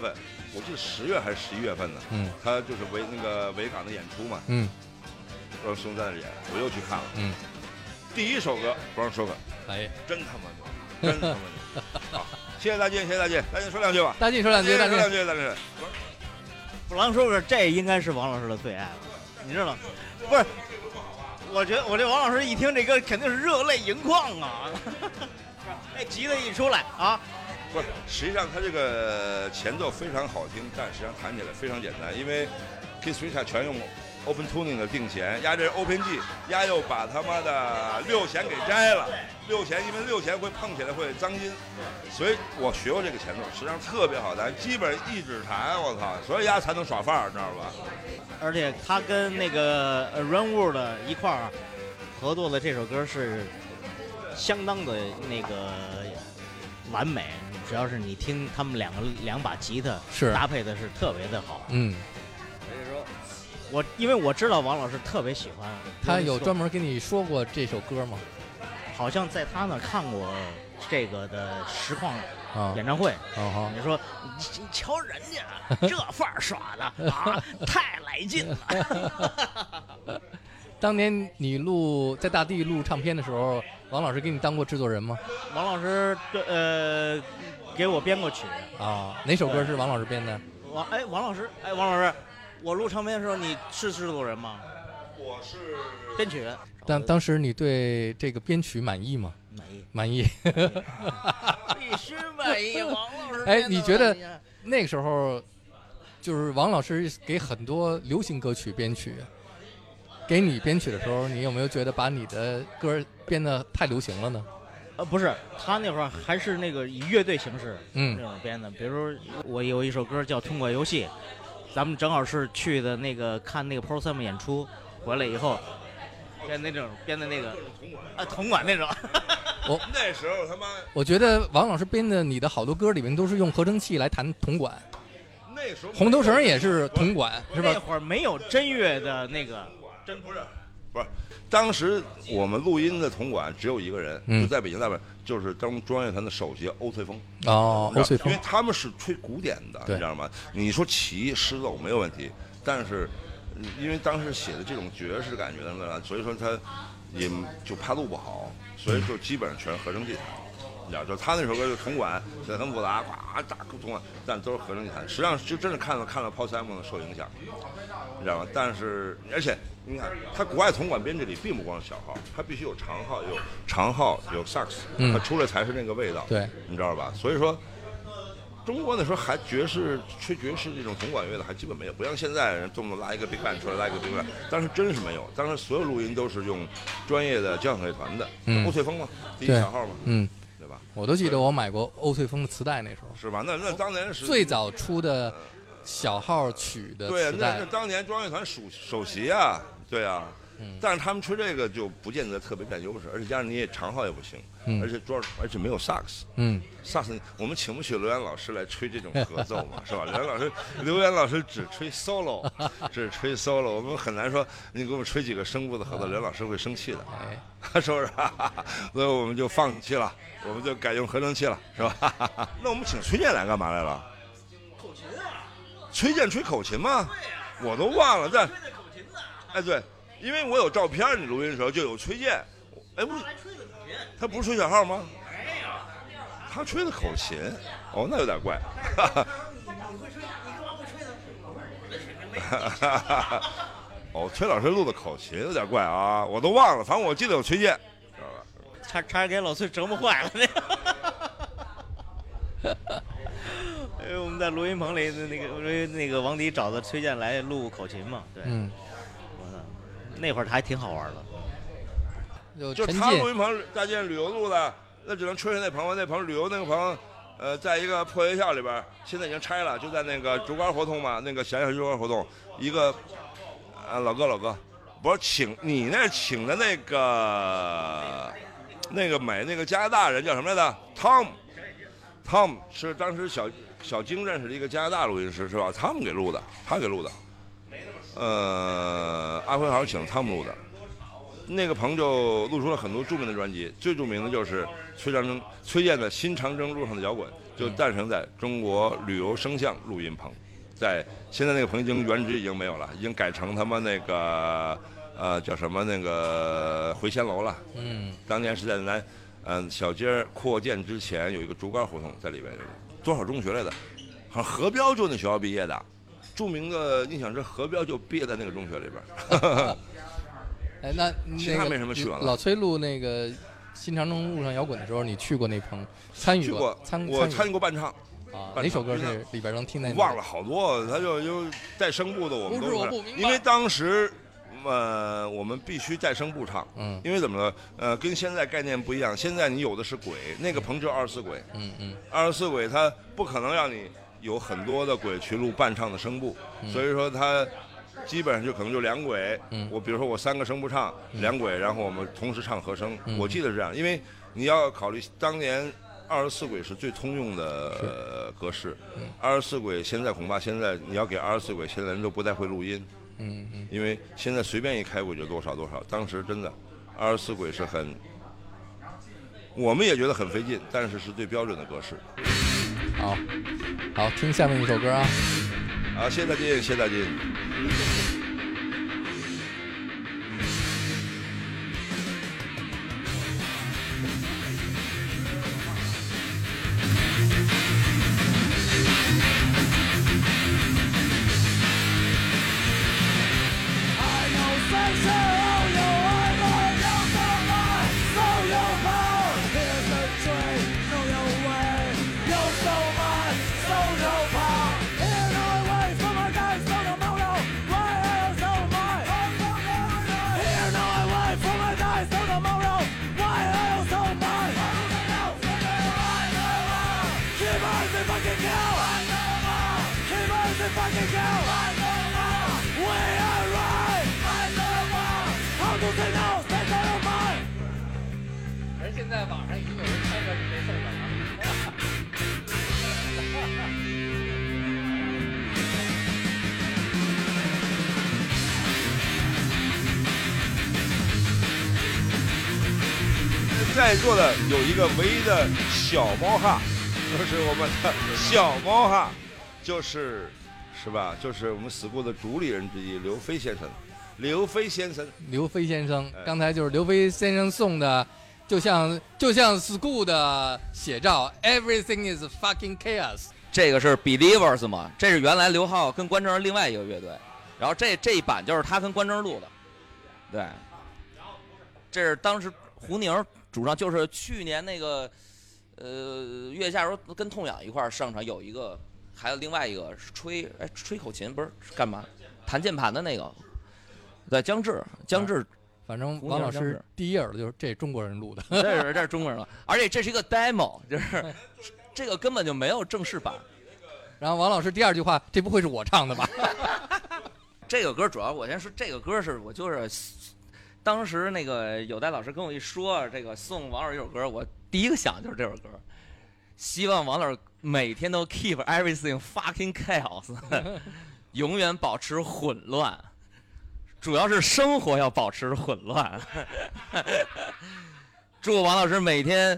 S2: 我记得十月还是十一月份呢，
S1: 嗯
S2: 他就是维那个维港的演出嘛，
S1: 嗯
S2: 让孙在那演，我又去看了。
S1: 嗯，
S2: 第一首歌不让说个，
S1: 哎，
S2: 真他妈牛，真他妈牛。好，谢谢大金，谢谢大金，大金说两句吧。
S1: 大进说两句，大进。
S2: 说两句，大金。
S8: 不狼说说，这应该是王老师的最爱了，你知道吗？不是，我觉得我这王老师一听这歌肯定是热泪盈眶啊！那吉他一出来啊，
S2: 不是，实际上他这个前奏非常好听，但实际上弹起来非常简单，因为 Keith Richards 全用 Open Tuning 的定弦，压这是 Open G， 压又把他妈的六弦给摘了，六弦因为六弦会碰起来会脏音，所以我学过这个前奏，实际上特别好弹，基本一指弹，我操，所以压才能耍范儿，知道吧？
S8: 而且他跟那个呃 Runwood 一块儿合作的这首歌是相当的那个完美，只要是你听他们两个两把吉他
S1: 是
S8: 搭配的是特别的好。
S1: 嗯，
S8: 所以说，我因为我知道王老师特别喜欢，
S1: 他有专门跟你说过这首歌吗？
S8: 好像在他那儿看过这个的实况
S1: 啊，
S8: 演唱会。
S1: 哦
S8: 你说你你瞧人家这范儿耍的啊，太来劲了。
S1: 当年你录在大地录唱片的时候，王老师给你当过制作人吗？
S8: 王老师呃给我编过曲
S1: 啊，哪首歌是王老师编的？
S8: 王哎王老师哎王老师，我录唱片的时候你是制作人吗？
S2: 我是
S8: 编曲。
S1: 当当时你对这个编曲满意吗？
S8: 满意，
S1: 满意。
S8: 必须满意，王老师。
S1: 哎，你觉得那个时候，就是王老师给很多流行歌曲编曲，给你编曲的时候，你有没有觉得把你的歌编得太流行了呢？
S8: 呃，不是，他那会儿还是那个以乐队形式
S1: 嗯
S8: 这种编的。比如我有一首歌叫《通关游戏》，咱们正好是去的那个看那个 Pro Sam 演出，回来以后编那种编的那个啊铜管那种。
S1: 我
S2: 那时候他妈，
S1: 我觉得王老师编的你的好多歌里面都是用合成器来弹铜管，
S2: 那时候
S1: 红头绳也是铜管，是吧？
S8: 那会儿没有真乐的那个，
S2: 真不是，不是，当时我们录音的铜管只有一个人，
S1: 嗯
S2: 就在北京大本，就是当中央乐团的首席欧翠峰。
S1: 哦，欧翠峰
S2: 因为，他们是吹古典的，
S1: 对
S2: 你知道吗？你说齐施奏没有问题，但是嗯因为当时写的这种爵士感觉的，所以说他也就怕录不好，所以说基本上全是合成器弹。你知道，就他那首歌就铜管，写得很复杂，呱大铜管，但都是合成器弹。实际上就真是看了看了 Paul Simon 受影响，你知道吗？但是而且你看，他国外铜管编制里并不光是小号，他必须有长号，有长号，有萨克斯，
S1: 嗯
S2: 他出来才是那个味道。
S1: 对，
S2: 你知道吧？所以说。中国那时候还爵士吹爵士这种铜管乐的还基本没有，不像现在人动不动拉一个 big band 出来，拉一个 big band，当时真是没有。当时所有录音都是用专业的交响乐团的，
S1: 嗯
S2: 欧翠峰嘛，第一
S1: 对
S2: 小号嘛，
S1: 嗯，
S2: 对吧？
S1: 我都记得我买过欧翠峰的磁带，那时候
S2: 是吧？那那当年是
S1: 最早出的小号曲的
S2: 对，
S1: 磁带
S2: 那是，当年中央乐团首首席啊，对啊。
S1: 嗯
S2: 但是他们吹这个就不见得特别占优势，而且加上你也长号也不行，
S1: 嗯
S2: 而且主要而且没有萨克斯，
S1: 嗯，
S2: 萨克斯我们请不起刘源老师来吹这种合奏嘛，是吧？刘源老师，刘源老师只吹 solo， 只吹 solo， 我们很难说你给我们吹几个声部的合奏，刘源老师会生气的，
S1: 哎，
S2: 是不是？所以我们就放弃了，我们就改用合成器了，是吧？那我们请崔健来干嘛来了？
S8: 口琴啊，
S2: 崔健吹口琴吗？我都忘了，但
S8: 吹的口琴的，
S2: 哎对。因为我有照片，你录音的时候就有崔健，哎不是，他不是吹小号吗？
S8: 没有，
S2: 他吹的口琴，哦那有点怪。
S8: 你会吹，你干嘛不吹呢？
S2: 哦，崔老师录的口琴有点怪啊，我都忘了，反正我记得有崔健，知道吧？
S8: 差差点给老崔折磨坏了。因为我们在录音棚里，那个因为那个王迪找的崔健来录口琴嘛，对，
S1: 嗯，
S8: 我操，那会儿还挺好玩的。
S1: 就
S2: 就他
S1: 陈进
S2: 录音棚大建旅游录的，那只能吹吹那棚，那棚旅游那个棚，呃，在一个破学校里边，现在已经拆了，就在那个竹竿胡同嘛，那个狭小竹竿胡同，一个啊老哥老哥，不是请你那请的那个那个美那个加拿大人叫什么来着 ？Tom。Tom 是当时小小金认识的一个加拿大录音师，是吧？他们给录的，他给录的。呃，阿辉好像请他们录的。那个棚就录出了很多著名的专辑，最著名的就是崔长征、崔健的《新长征路上的摇滚》， 就诞生在中国旅游声像录音棚，在现在那个棚已经原址已经没有了，已经改成他们那个呃叫什么那个回仙楼了。
S1: 嗯，
S2: 当年是在南嗯、呃、小街扩建之前有一个竹竿胡同在里边，多少中学来的，好像何彪就那学校毕业的，著名的印象是何彪就毕业在那个中学里边。
S1: 哎，那
S2: 其他没什么去了。
S1: 老崔录那个新长征路上摇滚的时候，你去过那棚，参与
S2: 去过？
S1: 参
S2: 我参与过伴唱。
S1: 啊，哪首歌是里边能听见？
S2: 忘了好多，他就就带声部的，我们都
S1: 不是我不明白，
S2: 因为当时呃我们必须带声部唱，
S1: 嗯，
S2: 因为怎么呢？呃，跟现在概念不一样，现在你有的是轨，那个棚只有二十四轨，
S1: 嗯嗯，
S2: 二十四轨它不可能让你有很多的轨去录伴唱的声部，
S1: 嗯、
S2: 所以说它。基本上就可能就两轨，
S1: 嗯，
S2: 我比如说我三个声部唱、嗯、两轨，然后我们同时唱和声，
S1: 嗯、
S2: 我记得是这样，因为你要考虑当年二十四轨是最通用的、呃、格式，二十四轨现在恐怕现在你要给二十四轨，现在人都不太会录音，
S1: 嗯嗯，
S2: 因为现在随便一开轨就多少多少，当时真的二十四轨是很，我们也觉得很费劲，但是是最标准的格式。
S1: 好，好，听下面一首歌啊。
S2: 好，谢大金，谢大金。
S1: 而现在网上已经有人猜测是谁送的了。
S2: 在座的有一个唯一的小猫哈，就是我们的小猫哈，就是是吧？就是我们school的主理人之一刘飞先生。刘飞先生，
S1: 刘飞先生，刚才就是刘飞先生送的，就像就像 school 的写照 ，Everything is fucking chaos。
S9: 这个是 Believers 嘛？这是原来刘浩跟关正另外一个乐队，然后这这一版就是他跟关正录的，对。这是当时胡宁主唱，就是去年那个呃月下时候跟痛仰一块儿上场，有一个，还有另外一个是吹哎吹口琴，不是是干嘛？弹键盘的那个。对，姜志，姜志，
S1: 反正王老师第一耳朵就是这中国人录的，
S9: 这是这是中国人了，而且这是一个 demo， 就是这个根本就没有正式版。
S1: 然后王老师第二句话，这不会是我唱的吧？
S9: 这个歌主要我先说，这个歌是我就是当时那个有代老师跟我一说这个送王老师一首歌，我第一个想的就是这首歌，希望王老师每天都 keep everything fucking chaos， 永远保持混乱。主要是生活要保持混乱。祝王老师每天。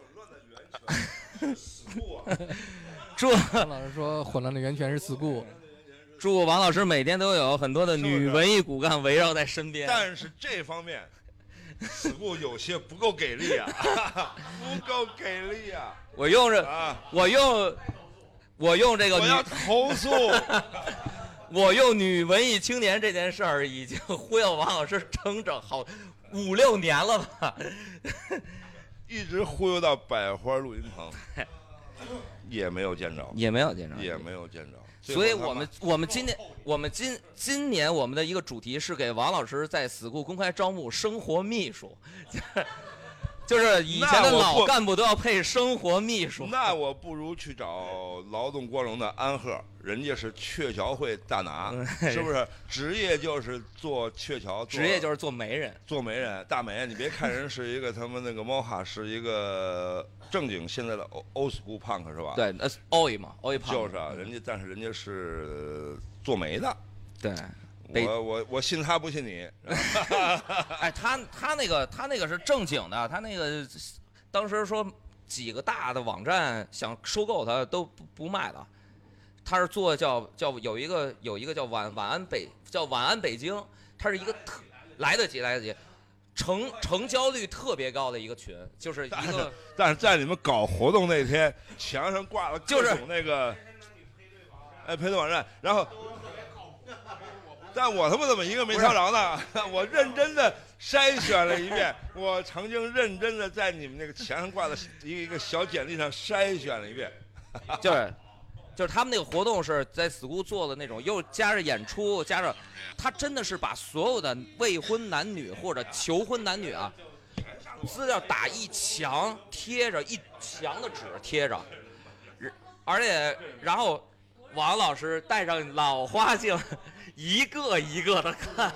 S9: 祝
S1: 王老师说混乱的源泉是school。
S9: 祝王老师每天都有很多的女文艺骨干围绕在身边。
S2: 但是这方面，school有些不够给力啊，不够给力啊。
S9: 我用着，
S2: 啊、
S9: 我用，我用这个。
S2: 我要投诉。
S9: 我用女文艺青年这件事儿已经忽悠王老师整整好五六年了吧，
S2: 一直忽悠到百花录音棚，也没有见着，
S9: 也没有见着，
S2: 也没有见着。
S9: 所以我们我们今年我们今今年我们的一个主题是给王老师在school公开招募生活秘书。就是以前的老干部都要配生活秘书，
S2: 那我不如去找劳动光荣的安赫，人家是鹊桥会大拿，是不是？职业就是做鹊桥，
S9: 职业就是做媒人，
S2: 做媒人大媒。你别看人是一个他们那个猫哈是一个正经现在的 old school punk 是吧？
S9: 对，那 oi 嘛 ，oi punk
S2: 就是啊，人家但是人家是做媒的，
S9: 对。
S2: 我我我信他不信你，
S9: 哎，他他那个他那个是正经的，他那个当时说几个大的网站想收购它都不不卖的。他是做叫叫有一个有一个叫晚晚安北叫晚安北京，它是一个特来得及来得及。成成交率特别高的一个群，就是一个，
S2: 但是在你们搞活动那天，墙上挂了各种那个，哎，配对网站，然后，但我他妈怎么一个没挑着呢？我认真的筛选了一遍，我曾经认真的在你们那个墙上挂的一个一个小简历上筛选了一遍，
S9: 就是。就是他们那个活动是在 school 做的那种，又加上演出，加上他真的是把所有的未婚男女或者求婚男女啊，资料打一墙贴着，一墙的纸贴着，而且然后王老师戴上老花镜，一个一个的看。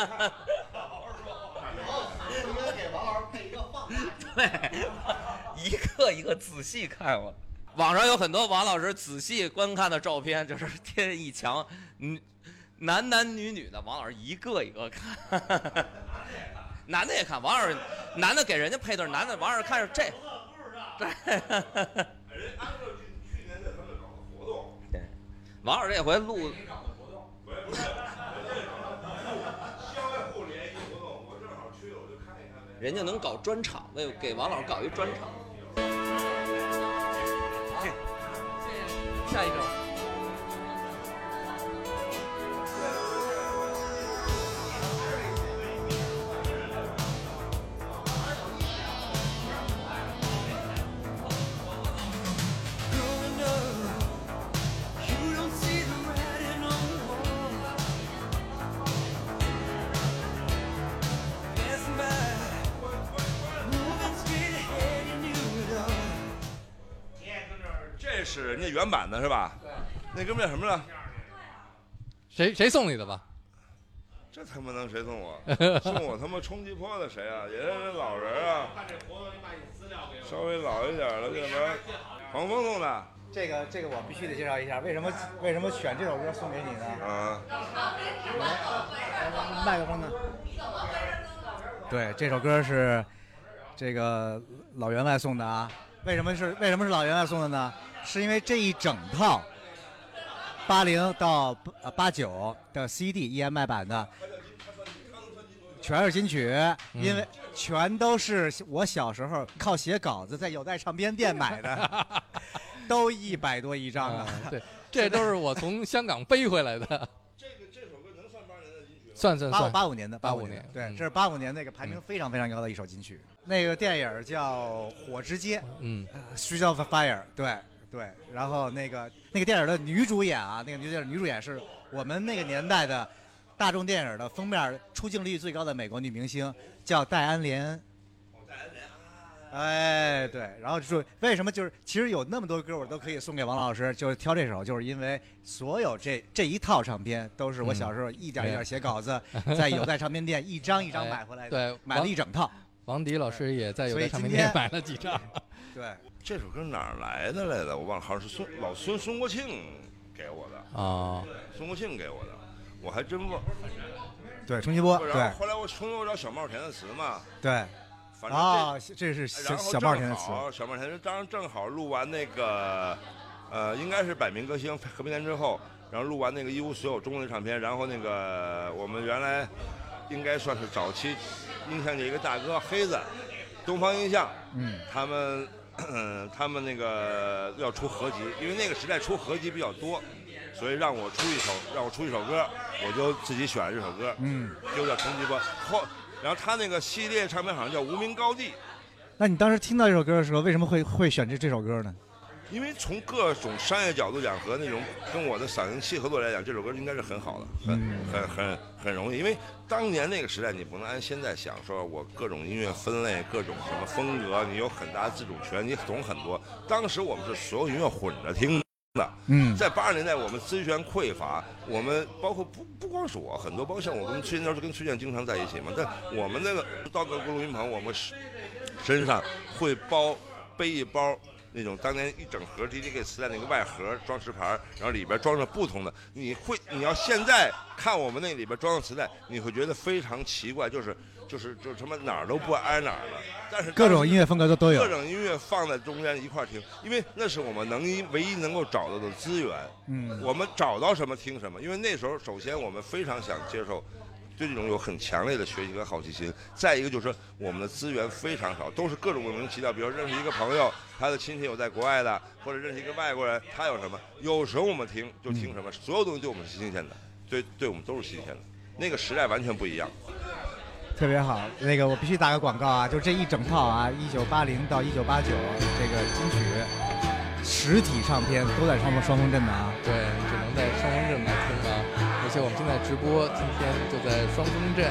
S9: 对，一个一个仔细看我。网上有很多王老师仔细观看的照片，就是贴一墙，嗯，男男女女的，王老师一个一个看，男的也看，王老师男的给人家配对，男的王老师看着这，对，对，王老师这回录，人家能搞专场，为给王老师搞一专场。下一个。
S2: 是人家原版的是吧？对。那哥们叫什么了？
S1: 谁谁送你的吧？
S2: 这他妈能谁送我？送我他妈冲击波的谁啊？也是老人啊。稍微老一点的，这什么？黄蜂送的。
S10: 这个这个我必须得介绍一下，为什么为什么选这首歌送给你呢？
S2: 啊。
S10: 麦克风呢？对，这首歌是这个老员外送的啊。为什么是为什么是老员外送的呢？是因为这一整套八零到八九的 C D E M I 版的全是金曲，
S1: 嗯、
S10: 因为全都是我小时候靠写稿子在有带唱片店买的，都一百多一张啊、
S1: 嗯！对，这都是我从香港背回来的。
S2: 这个这首歌能算八年的金曲吗？
S1: 算算算，
S10: 八五年的，
S1: 八五年，
S10: 对，
S1: 嗯、
S10: 这是八五年那个排名非常非常高的一首金曲。嗯、那个电影叫《火之街》，
S1: 嗯
S10: ，Street of Fire， 对。对，然后那个那个电影的女主演啊，那个女电影女主演是我们那个年代的大众电影的封面出镜率最高的美国女明星，叫戴安莲。
S2: 哦，戴安莲啊。
S10: 哎，对，然后就为什么就是其实有那么多歌我都可以送给王老师，就是挑这首，就是因为所有这这一套唱片都是我小时候一点一点写稿子，嗯、在有带唱片店一张一张买回来的，
S1: 哎、对，
S10: 买了一整套。
S1: 王迪老师也在有带唱片店买了几张。
S10: 对。
S2: 这首歌哪儿来的来的？我忘了，好像是孙老孙孙国庆给我的
S1: 啊，哦、
S2: 孙国庆给我的，我还真忘。
S10: 对，冲击波。对。
S2: 然后后来我重新找小帽填的词嘛。
S10: 对。
S2: 反正这、
S10: 哦、这是小小帽填的词。
S2: 小帽填的，当时正好录完那个，呃，应该是百名歌星和平年之后，然后录完那个一无所有中国的唱片，然后那个我们原来应该算是早期音像界一个大哥黑子，东方音像，
S10: 嗯，
S2: 他们。嗯，他们那个要出合集，因为那个时代出合集比较多，所以让我出一首，让我出一首歌，我就自己选了这首歌，
S10: 嗯，
S2: 就叫《冲击波》。后，然后他那个系列唱片好像叫《无名高地》。
S10: 那你当时听到这首歌的时候，为什么会会选这这首歌呢？
S2: 因为从各种商业角度讲和那种跟我的嗓音契合度来讲，这首歌应该是很好的，很、嗯、很很很容易。因为当年那个时代，你不能按现在想，说我各种音乐分类、各种什么风格，你有很大自主权，你懂很多。当时我们是所有音乐混着听的。
S10: 嗯，
S2: 在八十年代，我们资源匮乏，我们包括不不光是我，很多包括像我跟崔健，是跟崔健经常在一起嘛。但我们那个到各个录音棚，我们身上会包背一包。 那种当年一整盒 D J K 磁带那个外盒装实盘，然后里边装着不同的。你会，你要现在看我们那里边装的磁带，你会觉得非常奇怪，就是就是就是什么哪儿都不挨哪儿了。但是
S10: 各种音乐风格都都有，
S2: 各种音乐放在中间一块儿听，因为那是我们能一唯一能够找到的资源。
S10: 嗯，
S2: 我们找到什么听什么，因为那时候首先我们非常想接受。对这种有很强烈的学习和好奇心，再一个就是说我们的资源非常少，都是各种莫名其妙，比如认识一个朋友，他的亲戚有在国外的，或者认识一个外国人，他有什么，有时候我们听就听什么，所有东西对我们是新鲜的，对对我们都是新鲜的，那个时代完全不一样。
S10: 特别好，那个我必须打个广告啊，就这一整套啊，一九八零到一九八九这个金曲实体唱片都在双峰双峰镇的啊，
S1: 对，只能在双峰镇来听啊。而且我们现在直播，今天就在双峰镇。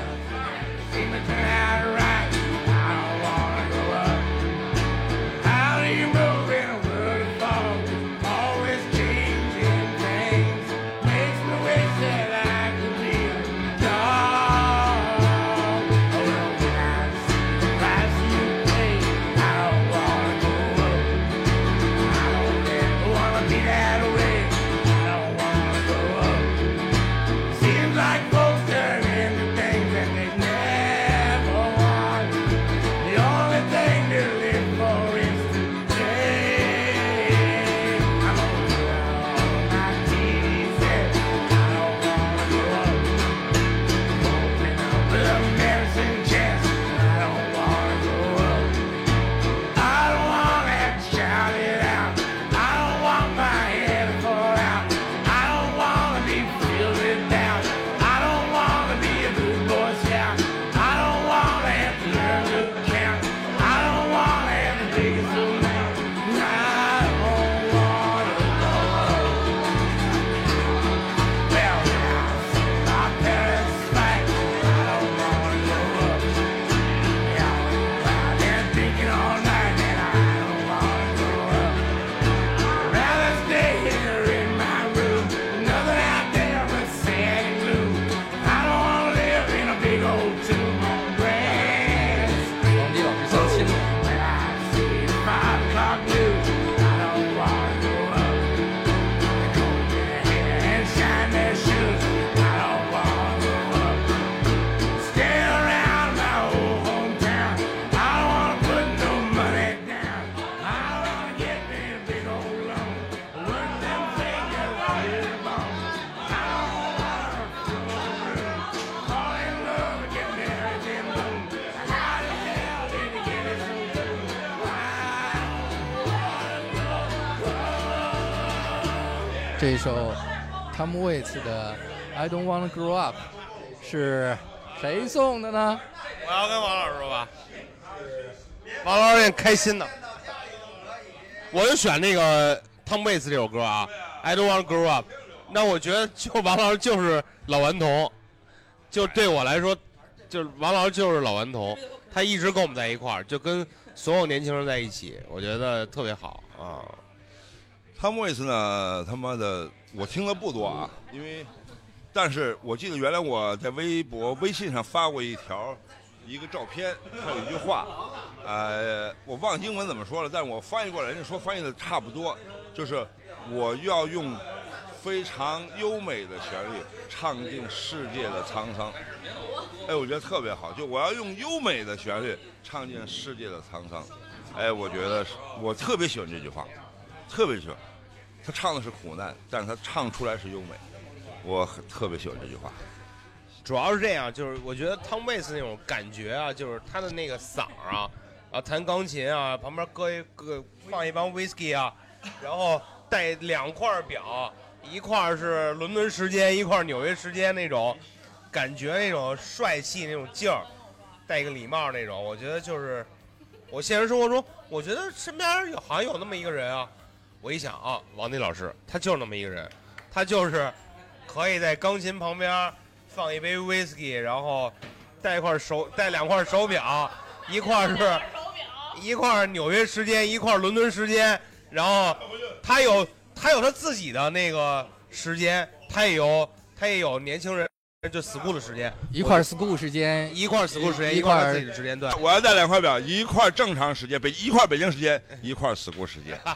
S1: 这一首 Tom Waits 的 I Don't Wanna Grow Up 是谁送的呢？
S11: 我要跟王老师说吧，王老师也开心的。我就选那个 Tom Waits 这首歌啊 ，I Don't Wanna Grow Up。那我觉得就王老师就是老顽童，就对我来说，就是王老师就是老顽童，他一直跟我们在一块儿，就跟所有年轻人在一起，我觉得特别好啊。
S2: Tom Waits 呢，他妈的，我听的不多啊，因为，但是我记得原来我在微博、微信上发过一条，一个照片，还有一句话，呃，我忘英文怎么说了，但是我翻译过来，人家说翻译的差不多，就是我要用非常优美的旋律唱尽世界的沧桑。哎，我觉得特别好，就我要用优美的旋律唱尽世界的沧桑。哎，我觉得我特别喜欢这句话，特别喜欢。他唱的是苦难，但是他唱出来是优美，我特别喜欢这句话。
S11: 主要是这样，就是我觉得Tom Waits那种感觉啊，就是他的那个嗓啊，啊弹钢琴啊，旁边搁一个放一帮 whisky 啊，然后带两块表，一块是伦敦时间，一块纽约时间那种感觉，那种帅气那种劲儿，戴一个礼帽那种，我觉得就是我现实生活中，我觉得身边有好像有那么一个人啊。我一想啊，王迪老师，他就是那么一个人，他就是可以在钢琴旁边放一杯 whisky， 然后带一块手带两块手表，一块是一块纽约时间，一块伦敦时间，然后他有他有他自己的那个时间，他也有他也有年轻人就 school 的时间，
S1: 一块 school 时间，
S11: 一块 school 时间，
S1: 一块
S11: 自己的时间段。
S2: 我要带两块表，一块正常时间，北一块北京时间，一块 school 时间。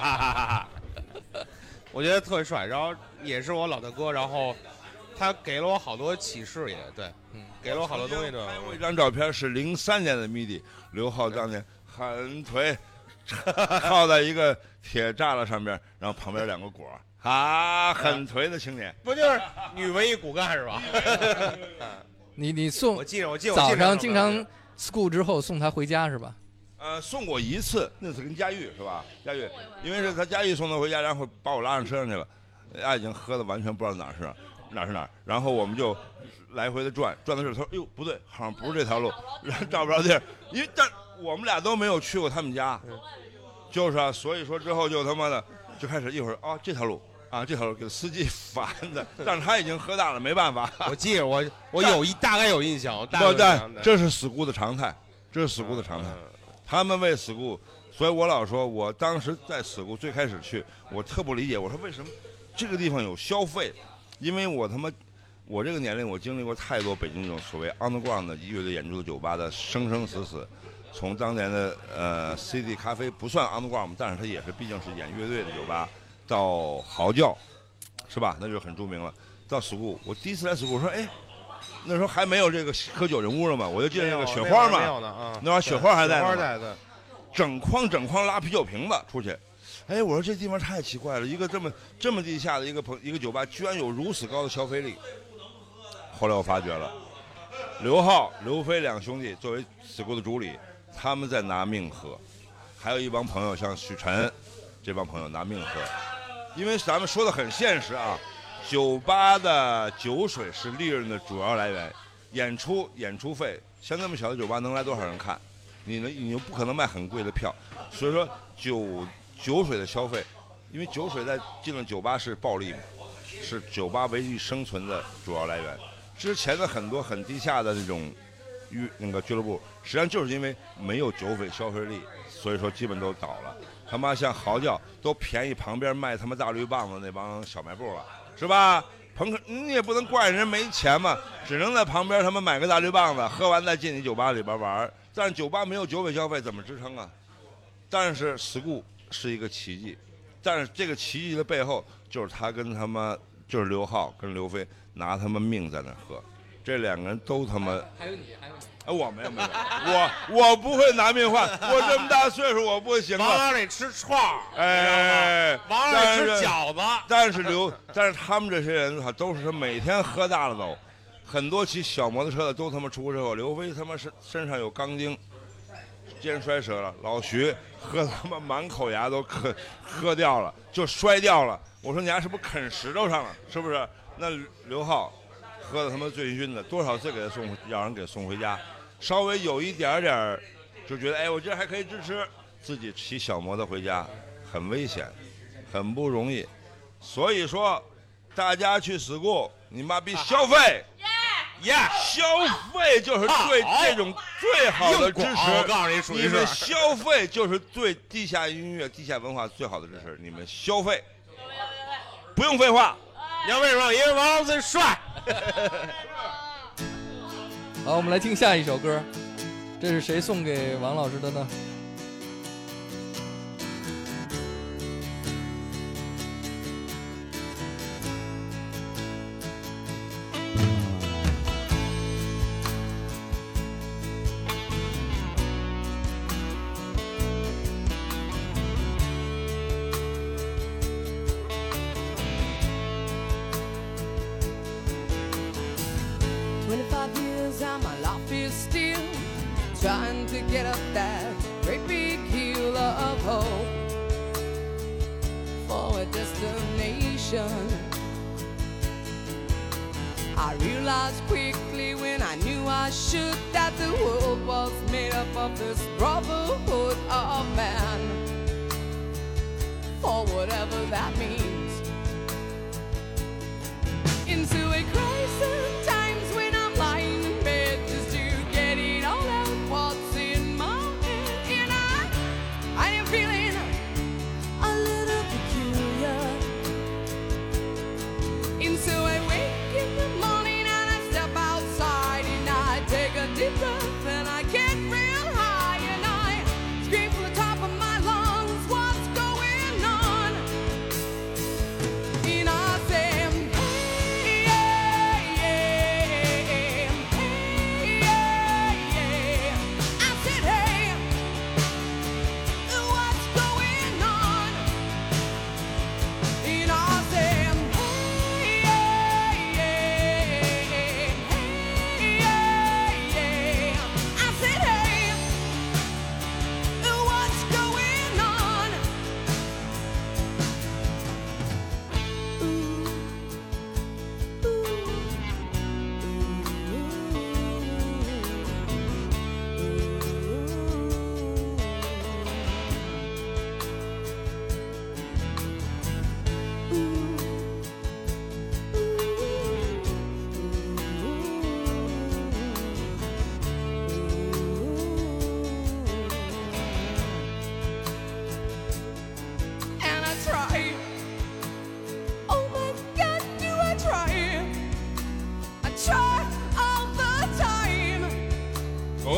S11: 我觉得特别帅，然后也是我老大哥，然后他给了我好多启示，也对，嗯，给了我好多东西。对，
S2: 我一张照片是零三年的 midi， 刘浩当年狠腿靠在一个铁栅栏上边，然后旁边两个果。啊，很颓的青年，
S11: 不就是女文艺骨干是吧？
S1: 你你送，
S11: 我记着，我记着，
S1: 早上经常 school 之后送他回家是吧？
S2: 呃，送过一次，那次跟佳玉是吧？佳玉，因为是他佳玉送他回家，然后把我拉上车上去了，他已经喝的完全不知道哪是哪是哪，然后我们就来回的转，转到这儿，他说：“哎呦，不对，好像不是这条路，然后找不着地儿，因为但我们俩都没有去过他们家，就是啊，所以说之后就他妈的就开始一会儿啊这条路。”啊，这条路给司机烦的，但是他已经喝大了，没办法。
S11: 我记着，我我有一大概有印象，
S2: 不，但这是 school 的常态，这是 school 的常态。他们为 school， 所以我老说，我当时在 school 最开始去，我特不理解，我说为什么这个地方有消费？因为我他妈，我这个年龄，我经历过太多北京这种所谓 underground 的乐队演出的酒吧的生生死死。从当年的呃 C D 咖啡不算 underground， 但是它也是毕竟是演乐队的酒吧。到嚎叫，是吧？那就很著名了。到 school， 我第一次来 school， 我说，哎，那时候还没有这个喝酒人屋了嘛，我就记得那个雪花嘛，
S11: 没有呢啊，
S2: 那会儿雪花还在呢，
S11: 雪花在的，
S2: 整筐整筐拉啤酒瓶子出去。哎，我说这地方太奇怪了，一个这么这么地下的一个朋一个酒吧，居然有如此高的消费力。后来我发觉了，刘浩、刘飞两兄弟作为 school 的主理，他们在拿命喝，还有一帮朋友像许晨，这帮朋友拿命喝。因为咱们说的很现实啊，酒吧的酒水是利润的主要来源，演出演出费，像那么小的酒吧能来多少人看？你呢？你又不可能卖很贵的票，所以说酒酒水的消费，因为酒水在进了酒吧是暴利嘛，是酒吧维系生存的主要来源。之前的很多很低下的那种俱那个俱乐部，实际上就是因为没有酒费消费力，所以说基本都倒了。他妈像嚎叫都便宜旁边卖他妈大绿棒子那帮小卖部了，是吧？朋克你也不能怪人没钱嘛，只能在旁边他们买个大绿棒子，喝完再进你酒吧里边玩。但是酒吧没有酒费消费怎么支撑啊？但是 school 是一个奇迹，但是这个奇迹的背后就是他跟他妈就是刘浩跟刘飞拿他们命在那喝，这两个人都他妈
S1: 还有你还有你。
S2: 哎，我没有没有，我我不会拿命换，我这么大岁数我不行啊。
S11: 王老得吃串儿，
S2: 哎，
S11: 王老得吃饺子。
S2: 但是刘，但是他们这些人哈，都是他每天喝大了都，很多骑小摩托车的都他妈出车祸。刘飞他妈身身上有钢筋，肩摔折了。老徐喝他妈满口牙都磕喝掉了，就摔掉了。我说你还是不是啃石头上了？是不是？那刘浩喝的他妈醉醺的，多少次给他送，让人给送回家。稍微有一点点就觉得哎，我这还可以支持，自己骑小摩托回家很危险，很不容易。所以说，大家去 school， 你妈逼消费，
S11: 耶、
S2: yeah, 消费就是对这种最好的支持。
S11: 我告诉你，属于是
S2: 你们消费就是对地下音乐、地下文化最好的支持。你们消费，不用废话。
S11: 你要为什么？因为王老师帅。
S1: 好，我们来听下一首歌，这是谁送给王老师的呢？
S12: twenty-five years and my life is still trying to get up that great big hill of hope for a destination. I realized quickly when I knew I should that the world was made up of this brotherhood of man, for whatever that means. Into a crisis times when I'm lying in bed just to get it all out what's in my head, and I I am feeling a little peculiar. And so I wake in the morning and I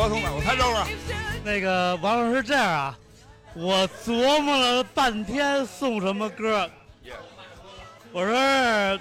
S2: 高通的，我猜周哥。
S13: 那个王老师这样啊，我琢磨了半天送什么歌，我说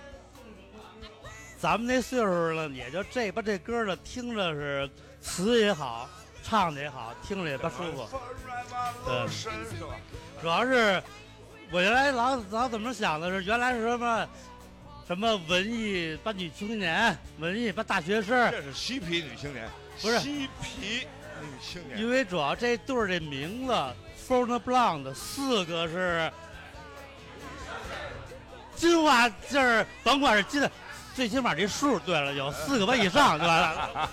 S13: 咱们那岁数了，也就这把这歌呢，听着是词也好，唱的也好，听着也不舒服。对，主要是我原来老老怎么想的是，原来是什么什么文艺班女青年，文艺班大学生，
S2: 这是嬉皮女青年，
S13: 不是
S2: 嬉皮女青年。
S13: 因为主要这对儿这名字 Four the Blonde 四个是金花劲儿，甭管是金的，最起码这数对了，有四个吧以上对吧？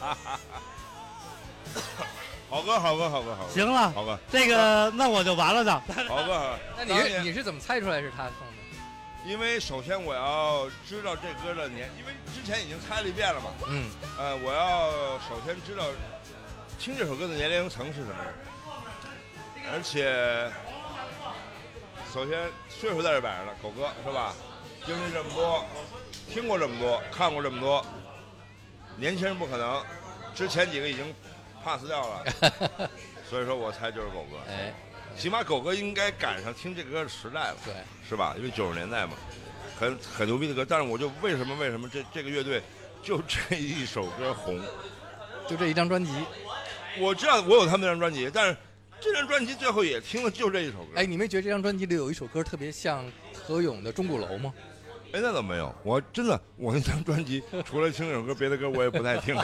S2: 好歌，好歌，好歌，好歌。
S13: 行了，
S2: 好歌。
S13: 这个那我就完了的。
S2: 好歌。
S1: 那你是你是怎么猜出来是他送的？
S2: 因为首先我要知道这歌的年，因为之前已经猜了一遍了嘛。
S1: 嗯。
S2: 呃，我要首先知道听这首歌的年龄层是什么人，而且首先岁数在这摆着呢，狗哥是吧？经历这么多，听过这么多，看过这么多，年轻人不可能，之前几个已经 pass 掉了，所以说我猜就是狗哥。
S1: 哎，
S2: 起码狗哥应该赶上听这个歌的时代了，
S1: 对，
S2: 是吧？因为九十年代嘛，很很牛逼的歌。但是我就为什么为什么这这个乐队就这一首歌红，
S1: 就这一张专辑。
S2: 我知道我有他们那张专辑，但是这张专辑最后也听了就这一首歌。
S1: 哎，你没觉得这张专辑里有一首歌特别像何勇的《钟鼓楼》吗？
S2: 哎，那倒没有，我真的，我那张专辑除了听这首歌，别的歌我也不太听。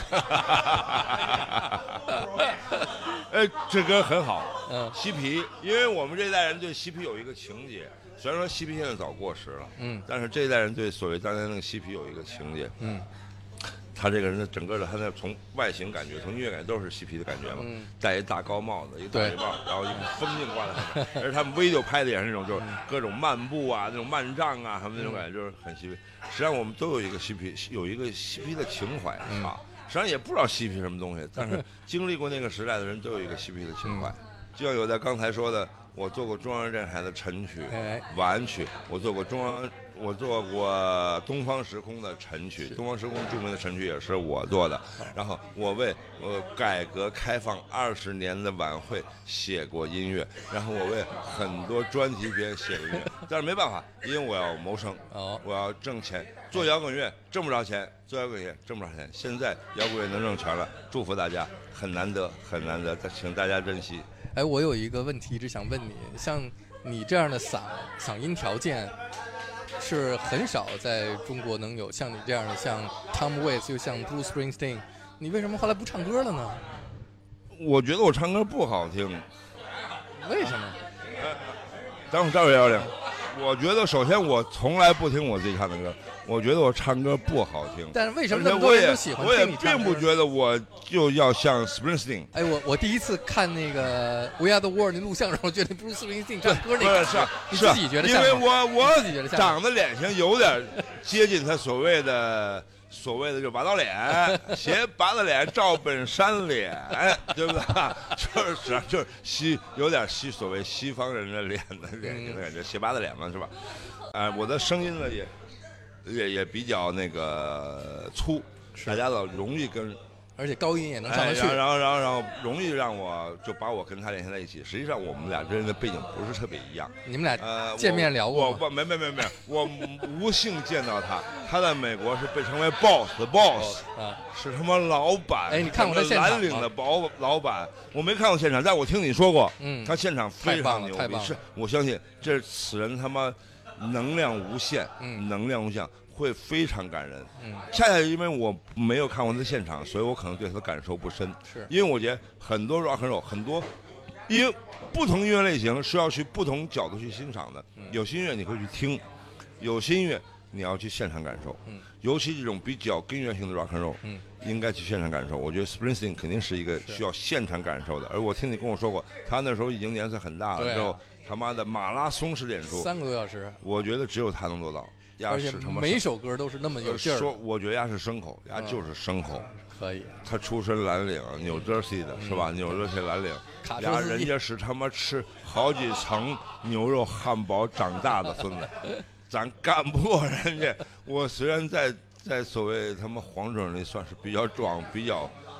S2: 哎，这歌很好，
S1: 嗯，
S2: 嬉皮，因为我们这一代人对嬉皮有一个情节，虽然说嬉皮现在早过时了，
S1: 嗯，
S2: 但是这一代人对所谓当年那个嬉皮有一个情节，
S1: 嗯，
S2: 他这个人的整个的，他的从外形感觉，从音乐感觉都是嬉皮的感觉嘛，
S1: 嗯，
S2: 戴一大高帽子，一个大礼帽，然后一个风镜挂在上面，而且他们 video 拍的也是那种，就是各种漫步啊，那种慢丈啊，他们那种感觉就是很嬉皮。实际上我们都有一个嬉皮，有一个嬉皮的情怀啊。实际上也不知道嬉皮什么东西，但是经历过那个时代的人都有一个嬉皮的情怀。就像有在刚才说的，我做过中央电视台的晨曲、晚曲，我做过中央。我做过东方时空的晨曲，东方时空著名的晨曲也是我做的。然后我为呃改革开放二十年的晚会写过音乐，然后我为很多专辑别人写过音乐。但是没办法，因为我要谋生，我要挣钱。做摇滚乐挣不着钱，做摇滚乐挣不着钱。现在摇滚乐能挣钱了，祝福大家，很难得，很难得，请大家珍惜。
S1: 哎，我有一个问题一直想问你，像你这样的嗓嗓音条件。是很少在中国能有像你这样的，像 Tom Waits 又像 Bruce Springsteen， 你为什么后来不唱歌了呢？
S2: 我觉得我唱歌不好听。
S1: 为什么？
S2: 呃，等会儿待会儿幺零。我觉得首先我从来不听我自己唱的歌，我觉得我唱歌不好听。
S1: 但是为什么那么多人都喜欢听你唱歌？
S2: 我也并不觉得我就要像 Springsteen。
S1: 哎，我我第一次看那个 We Are the World 那录像的时候，觉得 Bruce Springsteen 唱歌那个
S2: 是啊，
S1: 你自己觉得像吗？
S2: 因为我我
S1: 自己觉得像
S2: 长得脸型有点接近他所谓的。所谓的就拔刀脸，斜拔的脸，赵本山脸，对不对？就是实际上就是西有点西所谓西方人的脸的脸型的感觉，斜拔的脸嘛，是吧？呃，我的声音呢也也也比较那个粗，大家都容易跟。
S1: 而且高音也能上得去，
S2: 哎、然后然后然后容易让我就把我跟他联系在一起。实际上我们俩真的背景不是特别一样。
S1: 你们俩呃见面聊过
S2: 吗？我我没没没没，我无幸见到他。他在美国是被称为 boss 的 boss，、哦、是他妈老板。
S1: 哎，你看过他现场吗？
S2: 蓝领的老老板，我没看过现场，但我听你说过，
S1: 嗯，
S2: 他现场非常牛逼。是我相信这此人他妈能量无限，嗯，能量无限。会非常感人，嗯，恰恰因为我没有看过他的现场，所以我可能对他的感受不深。
S1: 是，
S2: 因为我觉得很多 rock and roll 很多，因为不同音乐类型是要去不同角度去欣赏的。嗯、有些音乐你会去听，有些音乐你要去现场感受。嗯，尤其这种比较根源性的 rock and roll， 嗯，应该去现场感受。我觉得 Springsteen 肯定是一个需要现场感受的。而我听你跟我说过，他那时候已经年岁很大了，之后、啊、他妈的马拉松式演出，
S1: 三个多小时，
S2: 我觉得只有他能做到。
S1: 而且每首歌都是那么有劲儿。
S2: 说，我觉得丫是牲口，丫就是牲口。
S1: 可以。
S2: 他出身蓝领，纽泽西的是吧？纽泽西蓝领，丫人家是他妈吃好几层牛肉汉堡长大的孙子，咱干不过人家。我虽然在在所谓他妈黄种人里算是比较壮、比较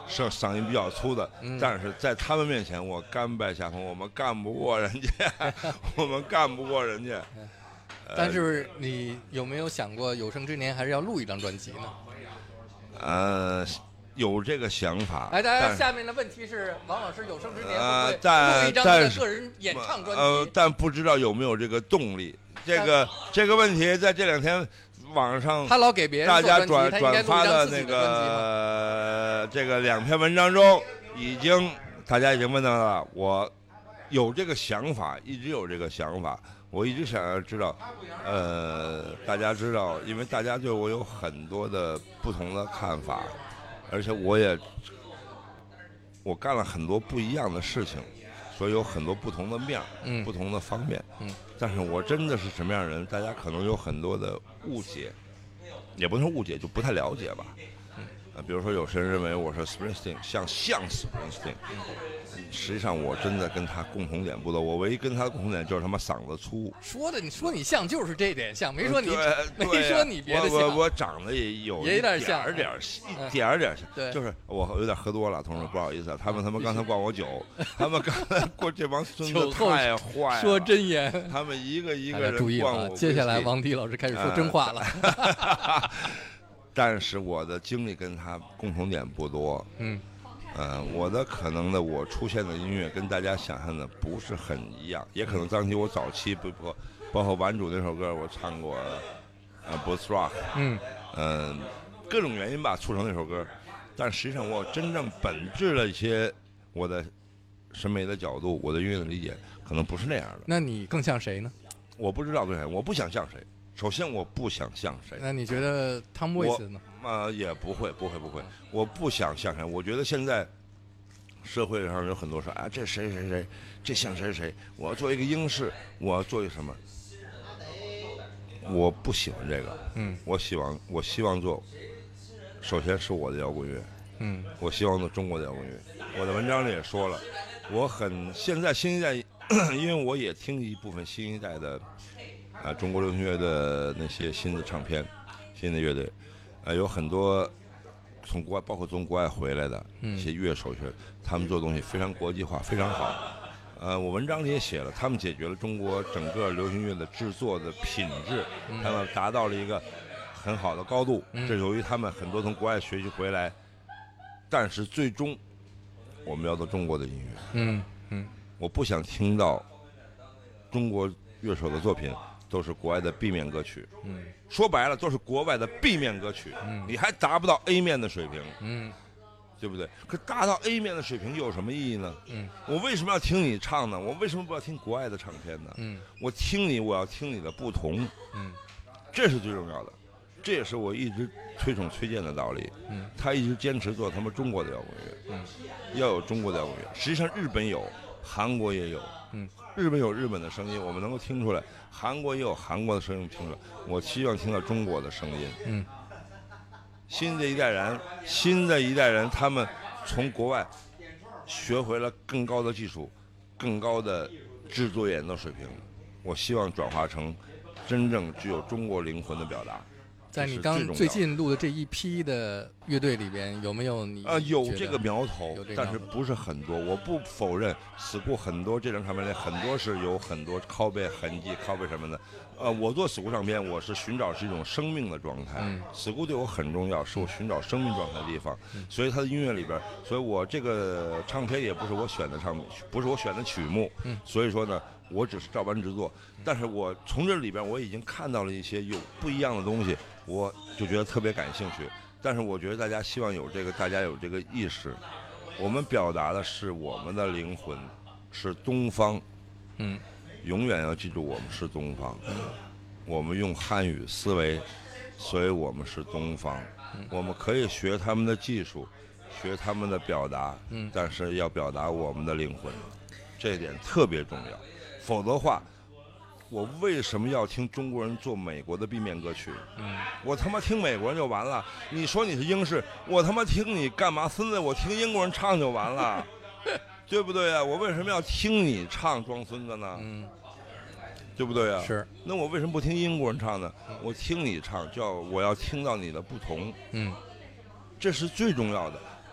S2: 声嗓音比较粗的，
S1: 嗯
S2: 但是在他们面前我甘拜下风，我们干不过人家，我们干不过人家。呃
S1: 但是你有没有想过有生之年还是要录一张专辑呢？
S2: 呃，有这个想法。
S1: 来，大家
S2: 但
S1: 下面的问题是，王老师有生之年
S2: 呃，
S1: 会不会
S2: 但
S1: 录一张他
S2: 但是
S1: 的个人演唱专辑？
S2: 呃，但不知道有没有这个动力。这个这个问题在这两天网上
S1: 他老给别人
S2: 大家
S1: 做专
S2: 转
S1: 辑他应该录一
S2: 转发的
S1: 张自己的
S2: 那个这个两篇文章中，已经大家已经问到了，我有这个想法，一直有这个想法。我一直想要知道，呃，大家知道，因为大家对我有很多的不同的看法，而且我也我干了很多不一样的事情，所以有很多不同的面儿，
S1: 嗯
S2: 不同的方面。
S1: 嗯，
S2: 但是我真的是什么样的人，大家可能有很多的误解，也不是误解，就不太了解吧。
S1: 嗯，
S2: 呃，比如说有些人认为我是 Springsteen，像像 Springsteen，实际上我真的跟他共同点不多，我唯一跟他的共同点就是他妈嗓子粗。
S1: 说的你说你像就是这点像，没说你
S2: 对
S1: 没说你别的
S2: 我
S1: 像。
S2: 我我长得也有
S1: 也有点像
S2: 一点儿
S1: 嗯
S2: 一点儿点儿像，
S1: 对
S2: 就是我有点喝多了，同志不好意思啊，他们他们刚才灌我酒，他们刚才过这帮孙子
S1: 酒后
S2: 太坏了，
S1: 说真言，
S2: 他们一个一
S1: 大
S2: 个人
S1: 家注意啊
S2: 灌我，
S1: 接下来
S2: whisky
S1: 王迪老师开始说真话了。
S2: 呃但是我的经历跟他共同点不多，
S1: 嗯，
S2: 呃，我的可能呢，我出现的音乐跟大家想象的不是很一样，也可能当期我早期不包包括顽主那首歌我唱过，呃 Blues Rock，
S1: 嗯
S2: 嗯、呃，各种原因吧促成那首歌，但实际上我真正本质的一些我的审美的角度，我的音乐的理解可能不是那样的。
S1: 那你更像谁呢？
S2: 我不知道对谁，我不想像谁。首先我不想像谁。
S1: 那你觉得汤姆·威斯呢？
S2: 呃，也不会，不会，不会。我不想像谁。我觉得现在社会上有很多说，啊，这谁谁谁，这像谁谁。我要做一个英式，我要做一个什么？我不喜欢这个。
S1: 嗯，
S2: 我希望，我希望做。首先是我的摇滚乐。
S1: 嗯，
S2: 我希望做中国的摇滚乐。我的文章里也说了，我很现在新一代，因为我也听一部分新一代的。啊，中国流行乐的那些新的唱片、新的乐队，呃，有很多从国外，包括从国外回来的一些乐手，学他们做的东西非常国际化，非常好。呃，我文章里也写了，他们解决了中国整个流行乐的制作的品质，他们达到了一个很好的高度。这由于他们很多从国外学习回来，但是最终我们要做中国的音乐。
S1: 嗯嗯，
S2: 我不想听到中国乐手的作品。都是国外的 B 面歌曲，
S1: 嗯，
S2: 说白了都是国外的 B 面歌曲，
S1: 嗯，
S2: 你还达不到 A 面的水平，
S1: 嗯，
S2: 对不对？可达到 A 面的水平又有什么意义呢？
S1: 嗯，
S2: 我为什么要听你唱呢？我为什么不要听国外的唱片呢？
S1: 嗯，
S2: 我听你，我要听你的不同，
S1: 嗯，
S2: 这是最重要的，这也是我一直推崇崔健的道理。
S1: 嗯，
S2: 他一直坚持做他们中国的摇滚乐，
S1: 嗯，
S2: 要有中国的摇滚乐。实际上日本有，韩国也有，
S1: 嗯，
S2: 日本有日本的声音，我们能够听出来。韩国也有韩国的声音听出来，我希望听到中国的声音。
S1: 嗯，
S2: 新的一代人，新的一代人，他们从国外学回了更高的技术，更高的制作演奏水平。我希望转化成真正具有中国灵魂的表达。
S1: 在你刚最近录的这一批的乐队里边，有没有你？
S2: 呃，有这个苗头，
S1: 有这个
S2: 但是不是很多。我不否认，School 很多这张唱片里很多是有很多拷贝痕迹、拷贝什么的。呃，我做 School 唱片，我是寻找是一种生命的状态。
S1: 嗯
S2: School 对我很重要，是我寻找生命状态的地方。
S1: 嗯、
S2: 所以他的音乐里边，所以我这个唱片也不是我选的唱片，不是我选的曲目。
S1: 嗯，
S2: 所以说呢，我只是照搬制作。但是我从这里边我已经看到了一些有不一样的东西。我就觉得特别感兴趣，但是我觉得大家希望有这个，大家有这个意识，我们表达的是我们的灵魂，是东方，
S1: 嗯，
S2: 永远要记住我们是东方，嗯，我们用汉语思维，所以我们是东方，嗯，我们可以学他们的技术，学他们的表达，
S1: 嗯，
S2: 但是要表达我们的灵魂，这一点特别重要，否则的话。我为什么要听中国人做美国的 B 面歌曲？
S1: 嗯，
S2: 我他妈听美国人就完了。你说你是英式，我他妈听你干嘛？孙子，我听英国人唱就完了，对不对啊？我为什么要听你唱装孙子呢？
S1: 嗯，
S2: 对不对啊？
S1: 是。
S2: 那我为什么不听英国人唱呢？我听你唱，叫我要听到你的不同。
S1: 嗯，
S2: 这是最重要的。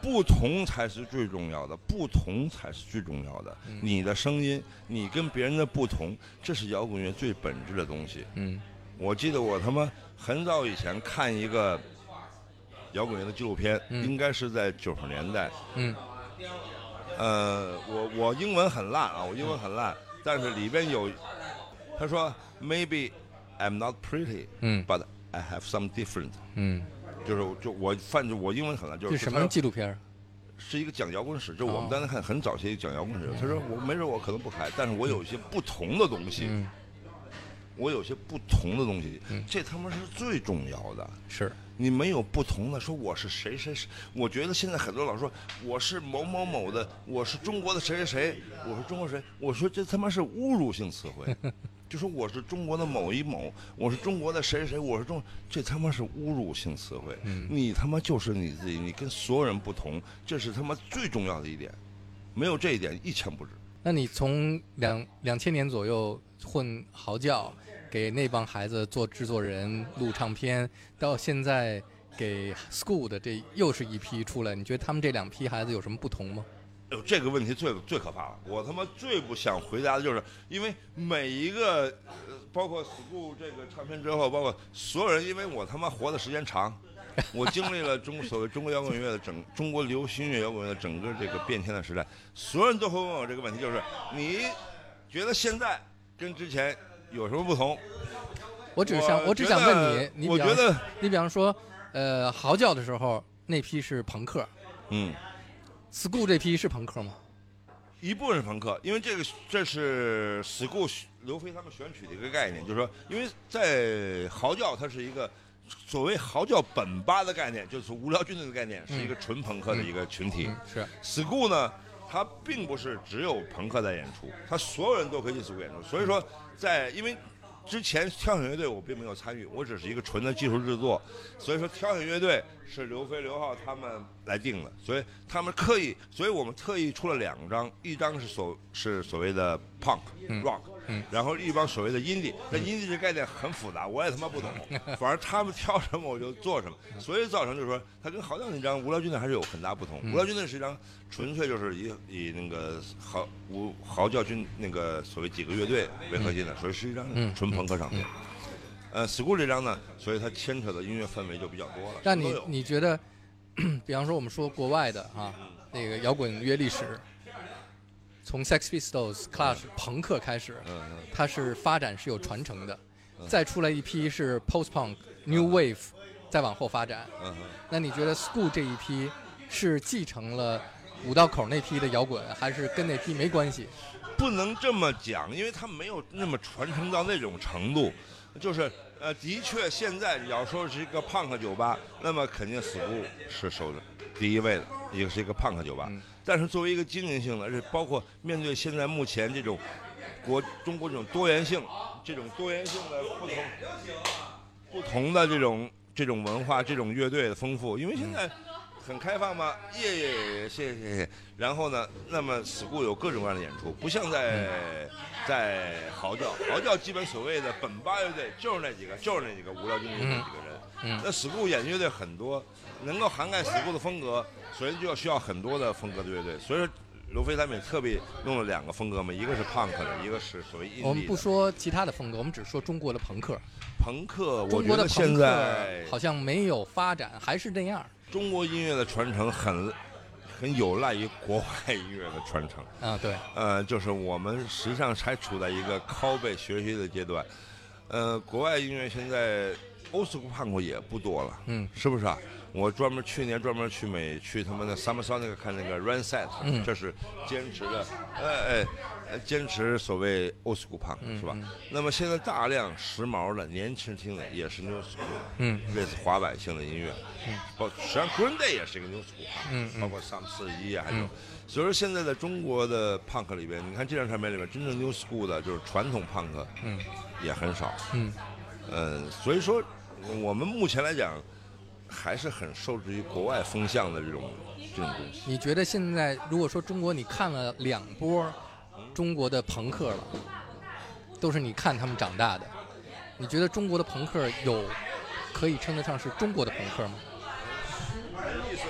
S2: 不同才是最重要的，不同才是最重要的。
S1: 嗯、
S2: 你的声音，你跟别人的不同，这是摇滚乐最本质的东西。
S1: 嗯，
S2: 我记得我他妈很早以前看一个摇滚乐的纪录片，
S1: 嗯、
S2: 应该是在九十年代。
S1: 嗯。
S2: 呃，我我英文很烂啊，我英文很烂，嗯、但是里边有，他说 Maybe I'm not pretty，
S1: 嗯
S2: ，but I have some different，
S1: 嗯，
S2: 就是就我反正我英文很烂，就是
S1: 是什么纪录片？
S2: 是一个讲摇滚史，就我们当时看很早期讲摇滚史。他说我没准我可能不嗨，但是我有一些不同的东西，
S1: 嗯，
S2: 我有些不同的东西，
S1: 嗯，
S2: 这他妈是最重要的。
S1: 是。
S2: 你没有不同的，说我是谁谁谁，我觉得现在很多老说我是某某某的，我是中国的谁谁谁，我是中国谁，我说这他妈是侮辱性词汇，就说我是中国的某一某，我是中国的谁谁谁，我是中，这他妈是侮辱性词汇，
S1: 嗯、
S2: 你他妈就是你自己，你跟所有人不同，这是他妈最重要的一点，没有这一点一钱不值。
S1: 那你从两两千年左右混嚎叫，给那帮孩子做制作人、录唱片，到现在给 School 的这又是一批出来，你觉得他们这两批孩子有什么不同吗？
S2: 哎呦，这个问题最最可怕了！我他妈最不想回答的就是，因为每一个，呃，包括 School 这个唱片之后，包括所有人，因为我他妈活的时间长，我经历了中所谓中国摇滚乐的整中国流行乐摇滚乐的整个这个变迁的时代，所有人都会问我这个问题，就是你觉得现在跟之前有什么不同？
S1: 我只想，我只想问你，你
S2: 我觉得，
S1: 你比方说，呃，嚎叫的时候那批是朋克，
S2: 嗯
S1: ，School 这批是朋克吗？
S2: 一部分是朋克，因为这个这是 School 刘飞他们选取的一个概念，就是说，因为在嚎叫它是一个所谓嚎叫本巴的概念，就是无聊军队的概念，
S1: 嗯、
S2: 是一个纯朋克的一个群体。
S1: 嗯、是
S2: School 呢，它并不是只有朋克在演出，它所有人都可以进 School 演出，所以说在因为。之前挑选乐队我并没有参与，我只是一个纯的技术制作，所以说挑选乐队是刘飞、刘浩他们来定的，所以他们刻意，所以我们特意出了两张，一张是所是所谓的 punk、
S1: 嗯、
S2: rock，
S1: 嗯，
S2: 然后一帮所谓的 indie，但 indie 这概念很复杂，我也他妈不懂，反正他们挑什么我就做什么，所以造成就是说，他跟嚎叫那张无聊军队还是有很大不同，
S1: 嗯、
S2: 无聊军队是一张纯粹就是以以那个嚎无嚎叫军那个所谓几个乐队为核心的，所以是一张纯朋克唱片。呃 ，School 这张呢，所以它牵扯的音乐氛围就比较多了。
S1: 但你你觉得，比方说我们说国外的啊，那个摇滚乐历史，从 Sex Pistols、Clash、朋克开始，
S2: 嗯嗯，
S1: 它是发展是有传承的，再出来一批是 Post Punk、New Wave， 再往后发展。
S2: 嗯嗯，
S1: 那你觉得 School 这一批是继承了五道口那批的摇滚，还是跟那批没关系？
S2: 不能这么讲，因为它没有那么传承到那种程度，就是呃，的确现在要说是一个 punk 酒吧，那么肯定 School 是首第一位的，一个是一个 punk 酒吧。
S1: 嗯、
S2: 但是作为一个经营性的，而且包括面对现在目前这种国中国这种多元性，这种多元性的不同不同的这种这种文化、这种乐队的丰富，因为现在。很开放吗？耶耶耶，谢谢谢谢。然后呢，那么 School 有各种各样的演出，不像在在嚎叫，嚎叫基本所谓的本巴乐队就是那几个，就是那几个无聊军乐队那几个人。
S1: 嗯，
S2: 那 School 演乐队很多，能够涵盖 School 的风格，所以就要需要很多的风格的乐队。所以说，刘飞他们也特别弄了两个风格嘛，一个是 Punk 的，一个是所谓 Indie 的。
S1: 我们不说其他的风格，我们只说中国的朋克。
S2: 朋克，我觉得现在
S1: 好像没有发展，还是那样。
S2: 中国音乐的传承很很有赖于国外音乐的传承
S1: 啊，对，
S2: 呃，就是我们实际上还处在一个拷贝学习的阶段，呃，国外音乐现在欧式胖过也不多了，
S1: 嗯，
S2: 是不是啊？我专门去年专门去美去他们的 Summer Sonic 看那个 Run Set，
S1: 嗯，
S2: 这是坚持的，哎哎，坚持所谓 old school punk，
S1: 嗯，
S2: 是吧？
S1: 嗯，
S2: 那么现在大量时髦的年轻听的也是 new school，
S1: 嗯，
S2: 类似滑板性的音乐，
S1: 嗯，
S2: 包实际上 Green Day 也是一个 new school punk，
S1: 嗯，
S2: 包括 Sam 四一啊，还有，
S1: 嗯，
S2: 所以说现在在中国的 punk 里边，你看这张唱片里面真正 new school 的就是传统 punk，
S1: 嗯，
S2: 也很少，
S1: 嗯，
S2: 呃，所以说我们目前来讲。还是很受制于国外风向的这种这种东西。
S1: 你觉得现在如果说中国你看了两波中国的朋克了，都是你看他们长大的，你觉得中国的朋克有可以称得上是中国的朋克吗？
S2: 意思我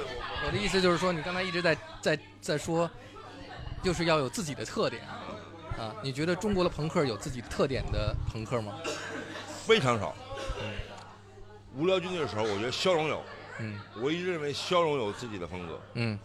S1: 我的意思就是说，你刚才一直在在在说，就是要有自己的特点啊。你觉得中国的朋克有自己特点的朋克吗？
S2: 非常少。嗯，无聊军队的时候，我觉得肖荣有。
S1: 嗯，
S2: 我一直认为肖荣有自己的风格。
S1: 嗯。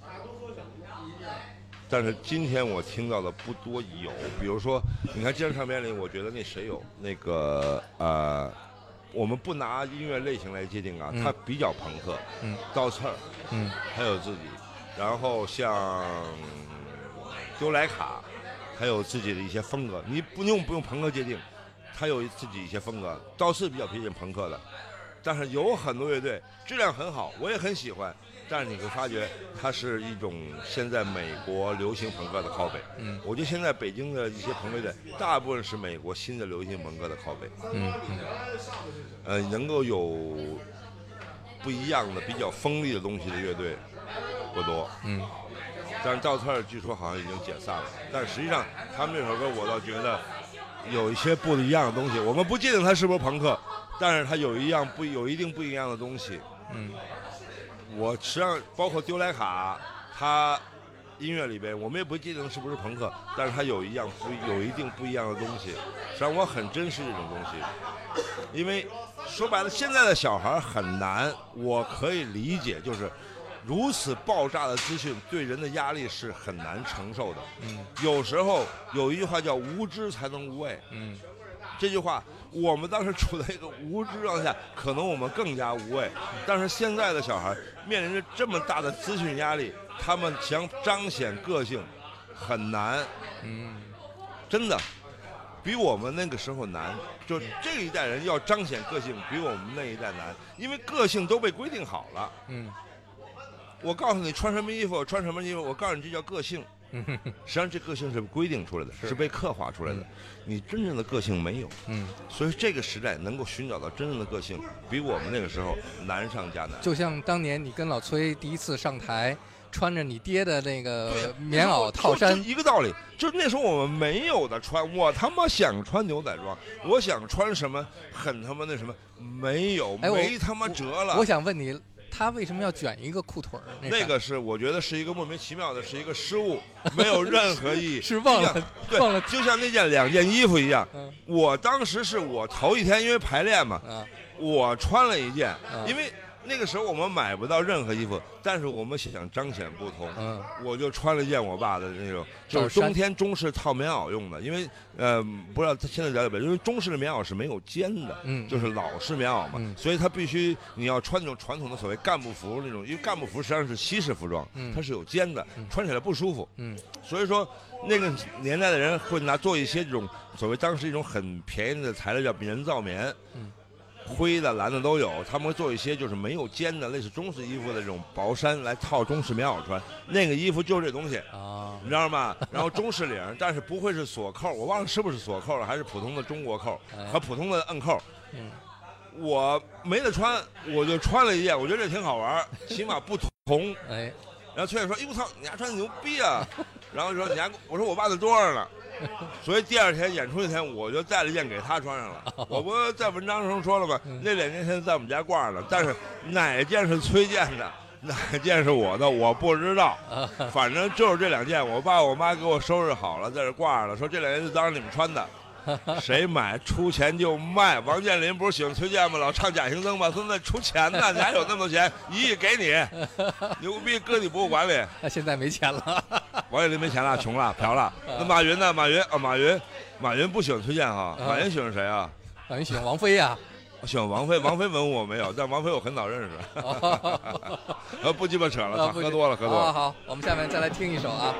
S2: 但是今天我听到的不多有，比如说，你看这张唱片里，我觉得那谁有那个呃，我们不拿音乐类型来界定啊，
S1: 嗯、
S2: 它比较朋克，
S1: 嗯，
S2: 刀刺儿，
S1: 嗯，
S2: 还有自己，然后像丢莱卡，还有自己的一些风格，你不用不用朋克界定，它有自己一些风格，刀刺比较偏近朋克的，但是有很多乐队质量很好，我也很喜欢。但是你会发觉，它是一种现在美国流行朋克的拷贝。
S1: 嗯，
S2: 我觉得现在北京的一些朋克乐队，大部分是美国新的流行朋克的拷贝。
S1: 嗯嗯。
S2: 呃，能够有不一样的、比较锋利的东西的乐队不多。
S1: 嗯。
S2: 但是道特尔据说好像已经解散了，但实际上他们这首歌我倒觉得有一些不一样的东西。我们不界定它是不是朋克，但是它有一样不有一定不一样的东西。
S1: 嗯。
S2: 我实际上包括丢莱卡，他音乐里边我们也不界定是不是朋克，但是他有一样不有一定不一样的东西，实际上我很珍视这种东西，因为说白了现在的小孩很难，我可以理解，就是如此爆炸的资讯对人的压力是很难承受的。
S1: 嗯，
S2: 有时候有一句话叫无知才能无畏。
S1: 嗯，
S2: 这句话我们当时处在一个无知状态下，可能我们更加无畏。但是现在的小孩面临着这么大的资讯压力，他们想彰显个性很难。
S1: 嗯，
S2: 真的比我们那个时候难。就这一代人要彰显个性，比我们那一代难，因为个性都被规定好了。
S1: 嗯，
S2: 我告诉你穿什么衣服，穿什么衣服，我告诉你这叫个性。实际上这个性是规定出来的， 是, 是被刻画出来的、嗯、你真正的个性没有。
S1: 嗯，
S2: 所以这个时代能够寻找到真正的个性比我们那个时候难上加难。
S1: 就像当年你跟老崔第一次上台穿着你爹的那个棉袄套衫
S2: 一个道理，就是那时候我们没有的穿，我他妈想穿牛仔装，我想穿什么很他妈那什么，没有、
S1: 哎、
S2: 没他妈辙了。
S1: 我, 我想问你，他为什么要卷一个裤腿儿？那,
S2: 那个是我觉得是一个莫名其妙的，是一个失误，没有任何意义。
S1: 是忘了，
S2: 对，
S1: 忘了，
S2: 就像那件两件衣服一样。
S1: 嗯、
S2: 我当时是我头一天因为排练嘛，
S1: 嗯、
S2: 我穿了一件，
S1: 嗯、
S2: 因为那个时候我们买不到任何衣服，但是我们想彰显不同，
S1: 嗯，
S2: 我就穿了一件我爸的那种，就是冬天中式套棉袄用的，因为呃不知道他现在了解不了解，因为中式的棉袄是没有肩的，
S1: 嗯，
S2: 就是老式棉袄嘛，
S1: 嗯、
S2: 所以它必须你要穿那种传统的所谓干部服那种，因为干部服实际上是西式服装，
S1: 嗯、
S2: 它是有肩的，
S1: 嗯、
S2: 穿起来不舒服，
S1: 嗯，
S2: 所以说那个年代的人会拿做一些这种所谓当时一种很便宜的材料叫人造棉，
S1: 嗯。
S2: 灰的、蓝的都有，他们会做一些就是没有肩的，类似中式衣服的这种薄衫来套中式棉袄穿。那个衣服就是这东西
S1: 啊，
S2: 你知道吗？然后中式领，但是不会是锁扣，我忘了是不是锁扣了，还是普通的中国扣和普通的摁扣。
S1: 嗯，
S2: 我没得穿，我就穿了一件，我觉得这挺好玩，起码不同。
S1: 哎，
S2: 然后崔姐说：“哎我操，你丫穿的牛逼啊！”然后说：“你丫，我说我爸在桌上呢。”所以第二天演出那天，我就带了一件给他穿上了。我不在文章中说了吗？那两件现在在我们家挂着呢，但是哪件是崔健的，哪件是我的，我不知道。反正就是这两件，我爸我妈给我收拾好了，在这挂着了，说这两件就当你们穿的。谁买出钱就卖。王健林不是喜欢崔健吗？老唱假行僧吗？说那出钱呢，你还有那么多钱，一亿给你，牛逼，搁你博物馆里。
S1: 那现在没钱了，
S2: 王健林没钱了，穷了，嫖了。那马云呢？马云啊，马云，马云不喜欢崔健哈，马云喜欢谁啊？
S1: 马云喜欢王菲呀。
S2: 我喜欢王菲，王菲文我没有，但王菲我很早认识。呃，不鸡巴扯了，喝多了，喝多了。
S1: 好，好，我们下面再来听一首啊。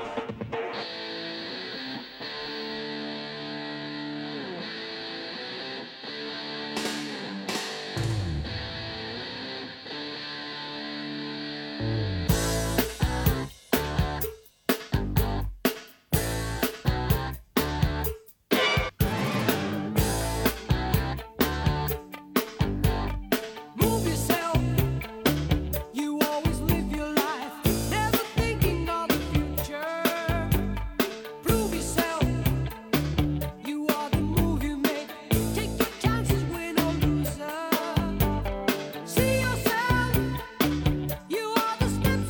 S12: See yourself, you are the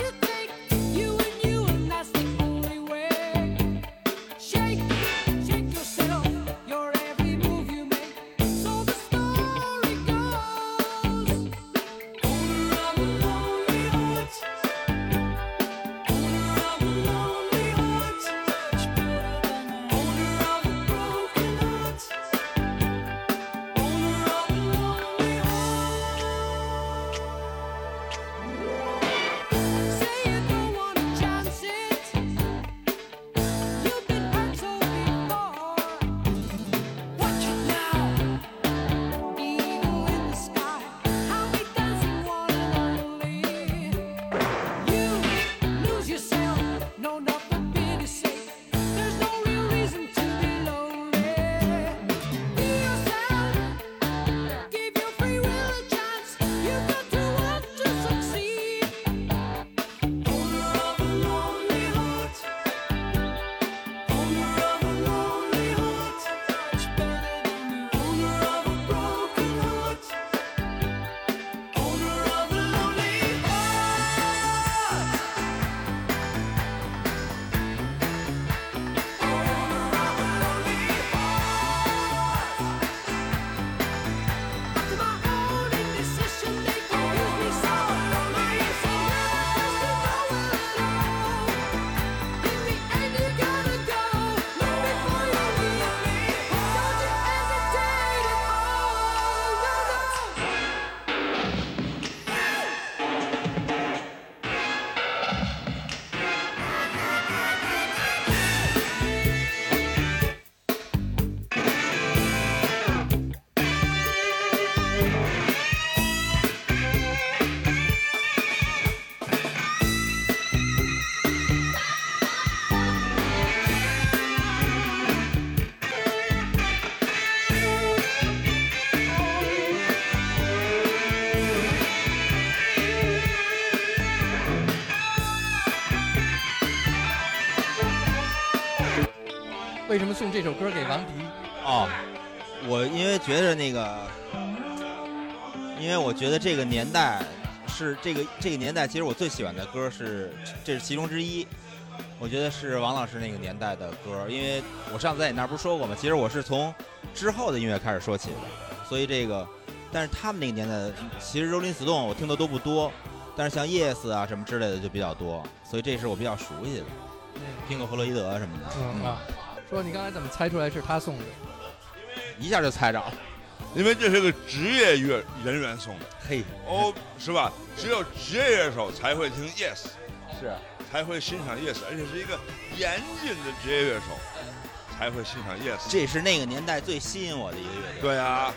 S1: 为什么送这首歌给王迪？
S14: 哦，我因为觉得那个，因为我觉得这个年代是这个这个年代，其实我最喜欢的歌是这是其中之一。我觉得是王老师那个年代的歌，因为我上次在你那儿不是说过吗？其实我是从之后的音乐开始说起的，所以这个，但是他们那个年代，其实 Rolling Stone 我听的都不多，但是像 Yes 啊什么之类的就比较多，所以这是我比较熟悉的。听过弗洛伊德什么的。
S1: 嗯啊，说你刚才怎么猜出来是他送的？
S14: 一下就猜着了，
S2: 因为这是个职业乐人员送的。
S14: 嘿，
S2: 哦，是吧？只有职业乐手才会听 Yes，
S14: 是。
S2: 才会欣赏 Yes， 而且是一个严谨的职业乐手才会欣赏 Yes。
S14: 这是那个年代最吸引我的一个乐队。
S2: 对啊，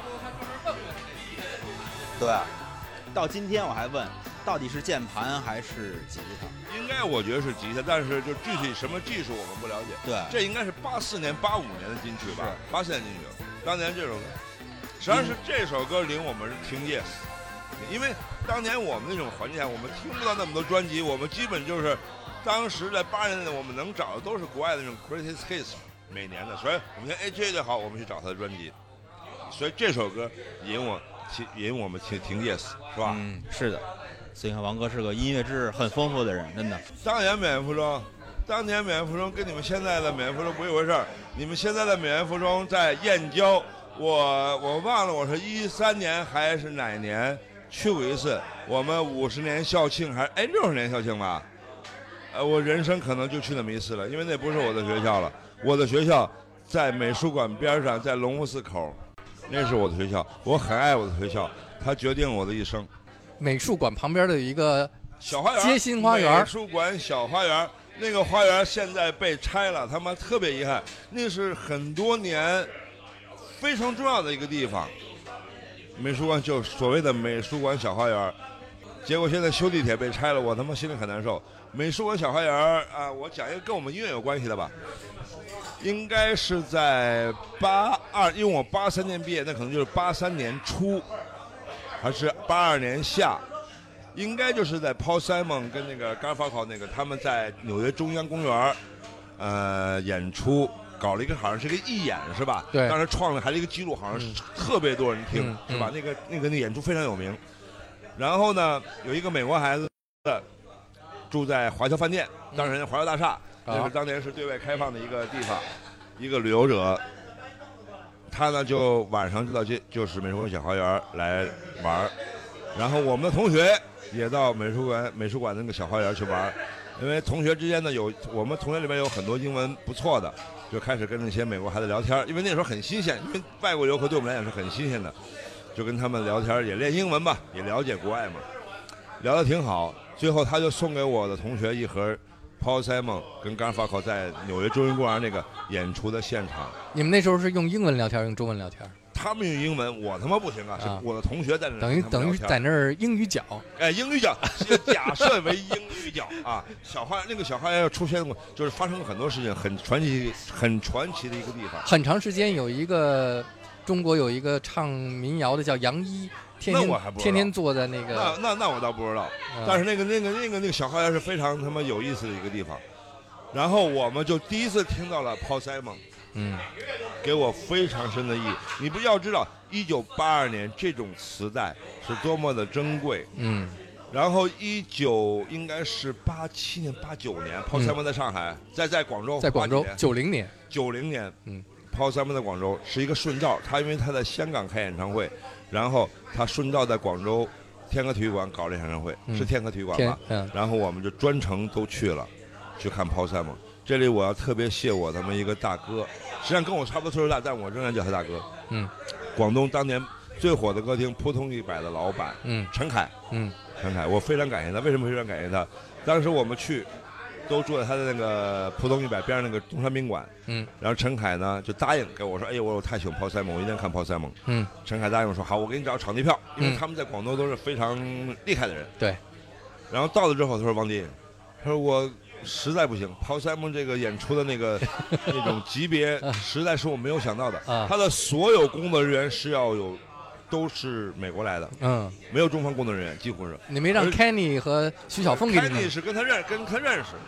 S14: 对。到今天我还问，到底是键盘还是吉他？
S2: 应该我觉得是吉他，但是就具体什么技术我们不了解。
S14: 对，
S2: 这应该是八四年、八五年的金曲吧？八四年金曲，当年这首歌，实际上是这首歌领我们听 Yes。因为当年我们那种环境下，我们听不到那么多专辑，我们基本就是当时在八十年代我们能找的都是国外的那种 greatest hits， 每年的，所以我们听 H A 就好，我们去找他的专辑，所以这首歌引我听引我们听听 Yes， 是吧？
S14: 嗯，是的。所以看王哥是个音乐知识很丰富的人，真的。
S2: 当年免服装，当年免服装跟你们现在的免服装不一回事儿，你们现在的免服装在燕郊，我我忘了我是一三年还是哪年。去过一次，我们五十年校庆还哎六十年校庆吧，呃，我人生可能就去那么一次了，因为那不是我的学校了，我的学校在美术馆边上，在隆福寺口，那是我的学校，我很爱我的学校，它决定我的一生。
S1: 美术馆旁边的有一个
S2: 小花园，
S1: 街心花园，
S2: 美术馆小花园，那个花园现在被拆了，他妈特别遗憾，那是很多年非常重要的一个地方。美术馆就所谓的美术馆小花园，结果现在修地铁被拆了，我他妈心里很难受。美术馆小花园啊，我讲一个跟我们音乐有关系的吧，应该是在八二，因为我八三年毕业，那可能就是八三年初，还是八二年夏，应该就是在 Paul Simon 跟那个 Garfunkel 那个他们在纽约中央公园呃演出。搞了一个好像是个义演是吧？
S1: 对。
S2: 当时创了还是一个记录，好像是特别多人听，
S1: 嗯、
S2: 是吧？嗯、那个那个那演出非常有名。然后呢，有一个美国孩子住在华侨饭店，当时人家华侨大厦，那、嗯、是当年是对外开放的一个地方，一个旅游者，他呢就晚上就到这就是美术馆小花园来玩，然后我们的同学也到美术馆美术馆那个小花园去玩，因为同学之间呢有我们同学里面有很多英文不错的。就开始跟那些美国孩子聊天，因为那时候很新鲜，因为外国游客对我们来讲是很新鲜的，就跟他们聊天，也练英文吧，也了解国外嘛，聊得挺好。最后他就送给我的同学一盒 Paul Simon 跟 Garfunkel 在纽约中央公园那个演出的现场。
S1: 你们那时候是用英文聊天，用中文聊天？
S2: 他们用英文，我他妈不行啊！是我的同学在那
S1: 等于等于在那儿英语角，
S2: 哎，英语角，假设为英语角啊。小花那个小花园出现过，就是发生了很多事情，很传奇、很传奇的一个地方。
S1: 很长时间有一个中国有一个唱民谣的叫杨一，天天天天坐在那个。
S2: 那那那我倒不知道，嗯、但是那个那个那个那个小花园是非常他妈有意思的一个地方。然后我们就第一次听到了 Paul Simon。
S1: 嗯，
S2: 给我非常深的意义。你不要知道，一九八二年这种磁带是多么的珍贵。
S1: 嗯，
S2: 然后一九应该是八七年、八九年，Paul Simon在上海，在在广州，
S1: 在广州九零年，
S2: 九零年，
S1: 嗯
S2: ，Paul Simon在广州是一个顺道，他因为他在香港开演唱会，然后他顺道在广州天河体育馆搞了演唱会，
S1: 嗯、
S2: 是天河体育馆吧？
S1: 嗯，
S2: 然后我们就专程都去了，去看 Paul Simon。这里我要特别谢我他们一个大哥，实际上跟我差不多岁数大，但我仍然叫他大哥。
S1: 嗯，
S2: 广东当年最火的歌厅扑通一百的老板，
S1: 嗯，
S2: 陈凯，
S1: 嗯，
S2: 陈凯，我非常感谢他。为什么非常感谢他？当时我们去，都住在他的那个扑通一百边上那个中山宾馆，
S1: 嗯，
S2: 然后陈凯呢就答应给我说，哎呦，我太喜欢 Paul Simon，我一定要看 Paul Simon。
S1: 嗯，
S2: 陈凯答应说好，我给你找场地票，因为他们在广东都是非常厉害的人。
S1: 对，
S2: 然后到了之后，他说王迪，他说我。实在不行，Paul Simon这个演出的那个那种级别，实在是我没有想到的。
S1: 啊、
S2: 他的所有工作人员是要有，都是美国来的，
S1: 嗯，
S2: 没有中方工作人员，几乎是。
S1: 你没让 Kenny 和徐小凤给你
S2: Kenny 是跟他认跟他认识，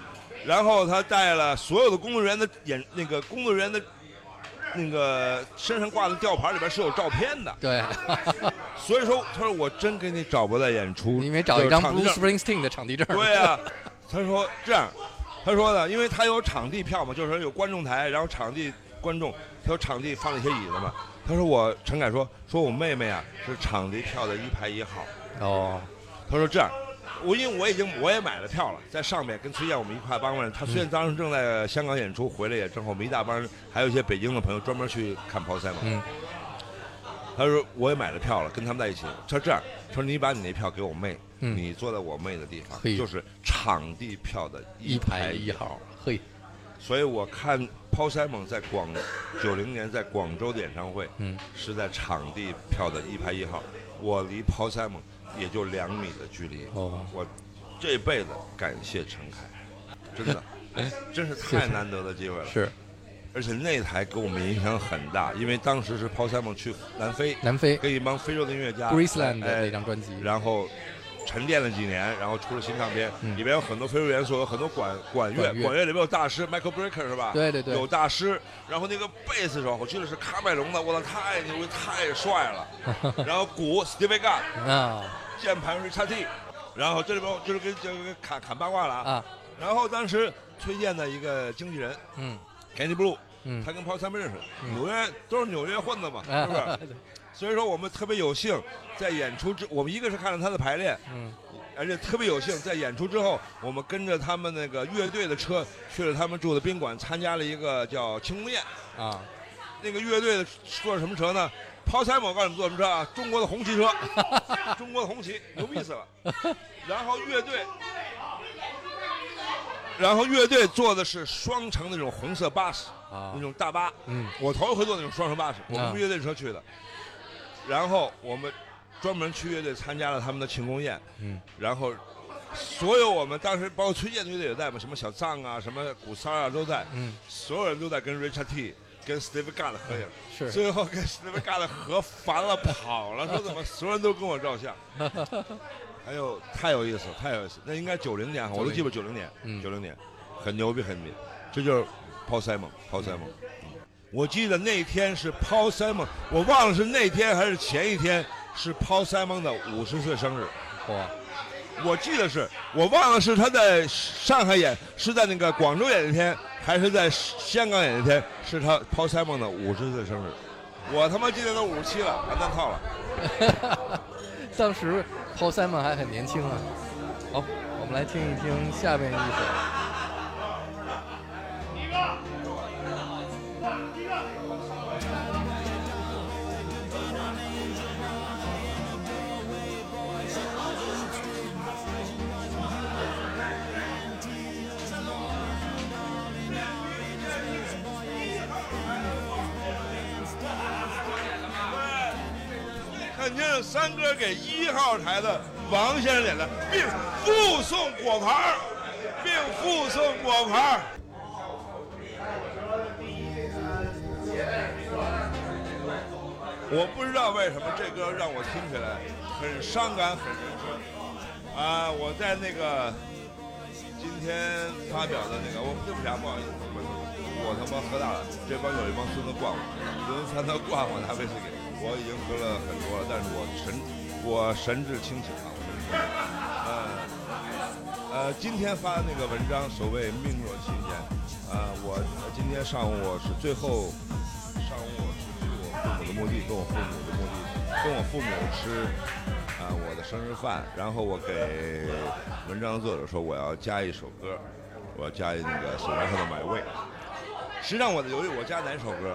S2: 然后他带了所有的工作人员的眼那个工作人员的。那个身上挂的吊牌里边是有照片的，
S1: 对，
S2: 所以说他说我真给你找不到演出，
S1: 你没找一张 Bruce Springsteen 的场地证。
S2: 对呀、啊，他说这样，他说呢，因为他有场地票嘛，就是说有观众台，然后场地观众，他有场地放了一些椅子嘛。他说我陈凯说说我妹妹啊是场地票的一排一号。
S1: 哦，
S2: 他说这样。我因为我已经我也买了票了，在上面跟崔健我们一块帮人。他虽然当时正在香港演出，回来也正好我们一大帮人，还有一些北京的朋友专门去看抛塞嘛。
S1: 嗯。
S2: 他说我也买了票了，跟他们在一起。他说这样，他说你把你那票给我妹，
S1: 嗯、
S2: 你坐在我妹的地方，
S1: 嘿
S2: 就是场地票的
S1: 一
S2: 排
S1: 一号。嘿。
S2: 所以我看 Paul Simon 在广九零年在广州的演唱会，
S1: 嗯，
S2: 是在场地票的一排一号。我离 Paul Simon也就两米的距离。
S1: 哦，
S2: 我这辈子感谢陈凯，真的，真是太难得的机会了。
S1: 是，
S2: 而且那台给我们影响很大，因为当时是 Paul Simon 去南非，
S1: 南非
S2: 跟一帮非洲的音乐家
S1: ，Graceland 的那张专辑，
S2: 然后沉淀了几年，然后出了新唱片，
S1: 嗯、
S2: 里边有很多非洲元素，有很多管管乐，管乐里边有大师 Michael Brecker 是吧？
S1: 对对对，
S2: 有大师。然后那个贝斯手，我记得是卡麦隆的，我操，太牛，太帅了。然后鼓 Stevie Gunn
S1: 啊，
S2: 键盘 Richard T， 然后这里边就是跟这个砍砍八卦了啊。
S1: 啊
S2: 然后当时崔健的一个经纪人，
S1: 嗯
S2: ，Kenny Blue，
S1: 嗯，
S2: 他跟 Paul Simon 认识，
S1: 嗯、
S2: 纽约都是纽约混的嘛，是不是？所以说我们特别有幸在演出之，我们一个是看了他的排练，
S1: 嗯。
S2: 而且特别有幸，在演出之后，我们跟着他们那个乐队的车去了他们住的宾馆，参加了一个叫庆功宴。
S1: 啊，
S2: 那个乐队坐什么车呢？Paul Simon我告诉你们坐什么车啊？中国的红旗车，中国的红旗，牛逼死了。然后乐队，然后乐队坐的是双层那种红色巴士，
S1: 啊，
S2: 那种大巴。
S1: 嗯，
S2: 我头一回坐那种双层巴士，我们乐队车去的。然后我们。专门去乐队参加了他们的庆功宴，
S1: 嗯，
S2: 然后所有我们当时包括崔健的乐队也在嘛，什么小藏啊，什么古三啊都在，
S1: 嗯，
S2: 所有人都在跟 Richard T 跟 Steve Gadd 合影，
S1: 是，
S2: 最后跟 Steve Gadd 合烦了跑了，说怎么所有人都跟我照相，哎呦太有意思，太有意思，那应该九零年，我都记不九零年，
S1: 嗯，
S2: 九零年，很牛逼很牛逼，这就是 Paul Simon，Paul Simon。我记得那天是 Paul Simon， 我忘了是那天还是前一天。是 Paul Simon 的五十岁生日，
S1: 哇！
S2: 我记得是我忘了是他在上海演，是在那个广州演那天，还是在香港演那天，是他 Paul Simon 的五十岁生日。我他妈今年都五十七了，完蛋套了。
S1: 当时 Paul Simon 还很年轻啊。好，我们来听一听下面一首。
S2: 肯定是三哥给一号台的王先生点的，并附送果盘，并附送果盘。我不知道为什么这歌让我听起来很伤感、很人生啊！我在那个今天发表的那个，我对不起啊，不好意思，我他妈喝大了，这帮有一帮孙子惯我，轮番他惯我拿威士忌。我已经喝了很多了，但是我神，我神志清醒啊！呃呃，今天发的那个文章，所谓命若其言，啊、呃，我今天上午我是最后上午我是去我父母的墓地，跟我父母的墓地，跟我父母吃啊、呃、我的生日饭，然后我给文章的作者说我要加一首歌，我要加一那个手上的买位。实际上我的犹豫，我加哪首歌？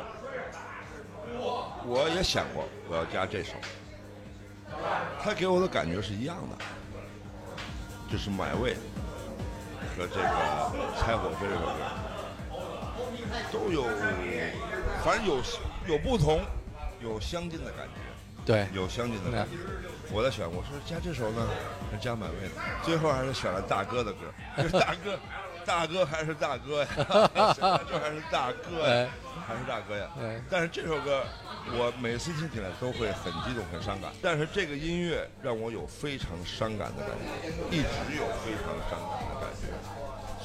S2: 我也想过我要加这首，他给我的感觉是一样的，就是买位和这个柴火飞这首歌都有，反正有有不同，有相近的感觉，
S1: 对，
S2: 有相近的感觉。我在选，我说加这首呢，还是加买位呢？最后还是选了大哥的歌，就是大哥。大哥还是大哥呀，这还是大哥呀，还是大哥呀。但是这首歌，我每次听起来都会很激动、很伤感。但是这个音乐让我有非常伤感的感觉，一直有非常伤感的感觉。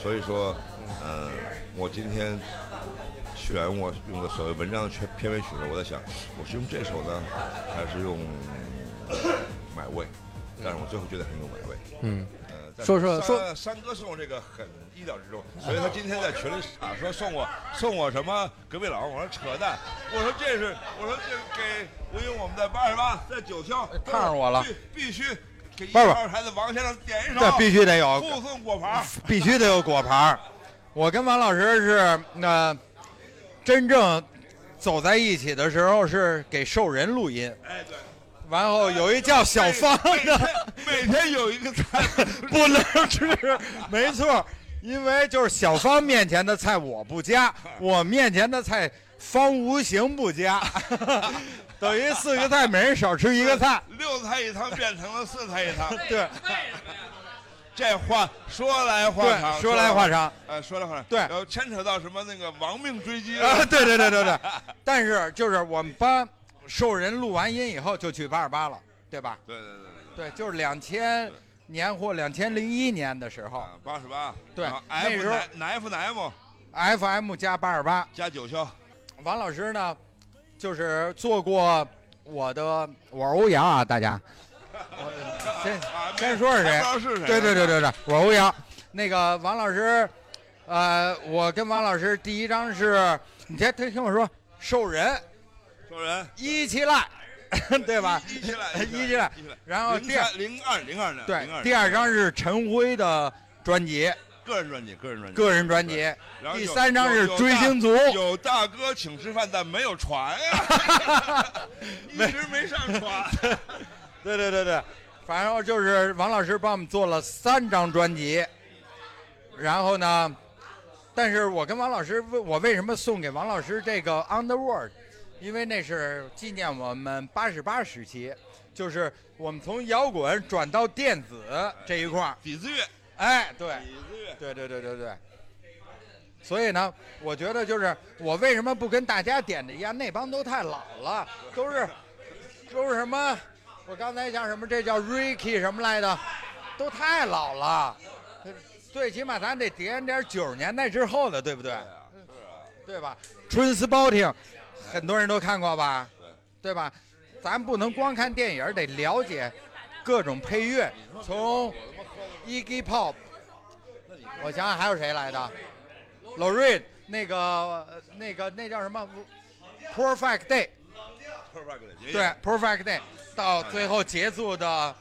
S2: 所以说，呃，我今天选我用的所谓文章的片片尾曲呢，我在想，我是用这首呢，还是用买位？但是我最后觉得还是用买位。
S1: 嗯。
S2: 呃，
S1: 说说说，
S2: 三哥送我这个很意料之中，所以他今天在群里啊说送我送我什么隔壁老王，我说扯淡，我说这是我说这给，因为我们在八十八在九霄
S15: 看上我了，
S2: 必须给一
S15: 不是
S2: 号台的王先生点一首，
S15: 这必须得有
S2: 附送果盘，
S15: 必须得有果盘。我跟王老师是那、呃、真正走在一起的时候是给兽人录音，
S2: 哎对。
S15: 然后有一叫小芳的，
S2: 每天有一个菜
S15: 不能吃，没错，因为就是小芳面前的菜我不加，我面前的菜方无形不加，等于四个菜每人少吃一个菜，
S2: 六菜一汤变成了四菜一汤。
S15: 对，
S2: 这话说来话长，
S15: 说来话长，
S2: 呃，说来话长，
S15: 对，
S2: 然后牵扯到什么那个亡命追击
S15: 啊，对对对对对，但是就是我们班。兽人录完音以后就去八十八了，对吧？
S2: 对对对
S15: 对，对，就是两千年或两千零一年的时候，
S2: 八十八，
S15: 对，
S2: 那
S15: 时候
S2: 哪 F 哪
S15: M，F M 加八十八
S2: 加九霄。
S15: 王老师呢，就是做过我的，我是欧阳啊，大家，先先说是谁？
S2: 不知道是谁？
S15: 对对对对对，我是欧阳。那个王老师，呃，我跟王老师第一张是，你先听听我说，兽人。
S2: 兽人
S15: 一起来，对吧？
S2: 一起来，
S15: 一起来。然后第二
S2: 零二零二年，
S15: 对，第二张是陈辉的专辑，
S2: 个人专辑，个人专辑，
S15: 个人专辑。
S2: 然后
S15: 第三张是追星族，
S2: 有大哥请吃饭，但没有船呀，一直没上船。
S15: 对对对对，反正就是王老师帮我们做了三张专辑，然后呢，但是我跟王老师，我为什么送给王老师这个 Underworld？因为那是纪念我们八十八时期，就是我们从摇滚转到电子这一块儿，
S2: 底子乐，
S15: 哎，对，
S2: 底子乐，
S15: 对对对对对。所以呢，我觉得就是我为什么不跟大家点的一样，那帮都太老了，都是都是什么？我刚才讲什么？这叫 Ricky 什么来的？都太老了。最起码咱得点点九十年代之后的，对不对？对吧？春丝包挺。很多人都看过吧，对对吧？咱不能光看电影，得了解各种配乐。从 Iggy Pop， 我想想还有谁来的 ，Lorraine， 那个那个那叫什么 ？Perfect Day， 对 ，Perfect Day， 到最后结束的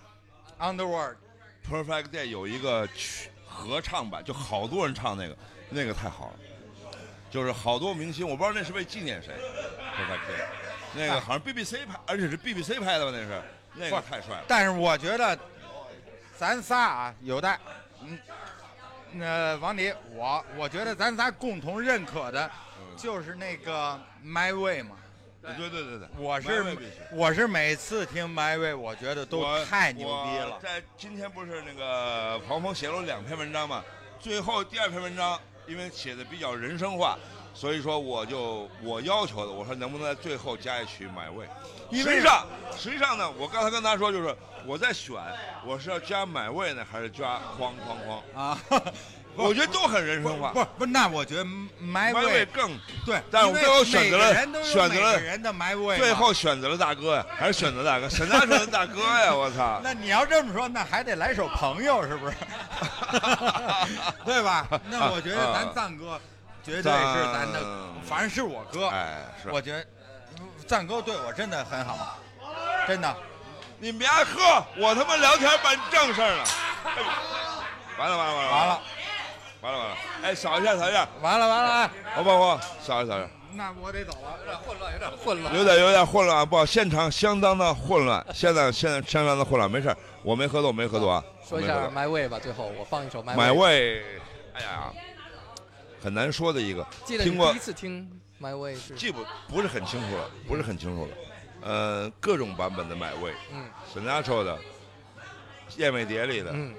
S15: Underworld。
S2: Perfect Day 有一个合唱版，就好多人唱那个，那个太好了。就是好多明星，我不知道那是为纪念谁，那个好像 B B C 拍，而且是 B B C 拍的吧？那是那个太帅了。
S15: 但是我觉得咱仨啊有待，嗯，那王迪，我我觉得咱仨共同认可的，就是那个 My Way 嘛。
S2: 对对对对，
S15: 我是我是每次听 My Way， 我觉得都太牛逼了。
S2: 在今天不是那个黄蜂写了两篇文章嘛？最后第二篇文章。因为写的比较人生化，所以说我就我要求的，我说能不能在最后加一曲买位？实际上，实际上呢，我刚才跟他说，就是我在选，我是要加买位呢，还是加哐哐哐
S15: 啊？
S2: 我觉得都很人生化。
S15: 不不，那我觉得买
S2: 位更
S15: 对，
S2: 但是我最后选择了选择了
S15: 人的买位，
S2: 最后选择了大哥呀，还是选择大哥？沈大顺的大哥呀，我操！
S15: 那你要这么说，那还得来首朋友，是不是？对吧？那我觉得咱赞哥绝对是咱的，反正是我哥。
S2: 哎，是。
S15: 我觉得赞哥对我真的很好，真的。
S2: 你别喝，我他妈聊天办正事儿了。完了完了完了
S15: 完了。
S2: 完了完了，哎，扫一下扫一下，
S15: 完了完了，
S2: 好不好？扫一扫一下。
S15: 那我得走了，
S1: 有点混乱，有点混乱，
S2: 有点有点混乱，不好，现场相当的混乱，现在现在相当的混乱，没事，我没喝多，没喝多啊。
S1: 说一下 My Way 吧，最后我放一首 My
S2: My Way， 哎呀，很难说的一个。
S1: 记得你第一次听 My Way 是？
S2: 记不不是很清楚了，不是很清楚了。呃，各种版本的 My Way， 嗯 ，Sinatra 的，燕尾蝶里的，嗯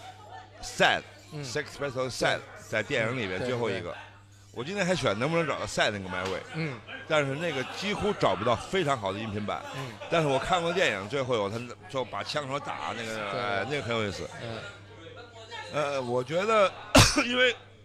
S2: ，Sad。Sex Pistols Sad 在电影里边最后一个，我今天还选能不能找到 Sad 那个 My Way， 嗯，但是那个几乎找不到非常好的音频版，嗯，但是我看过电影，最后有他就把枪手打那个，哎，那个很有意思，嗯，呃，我觉得因为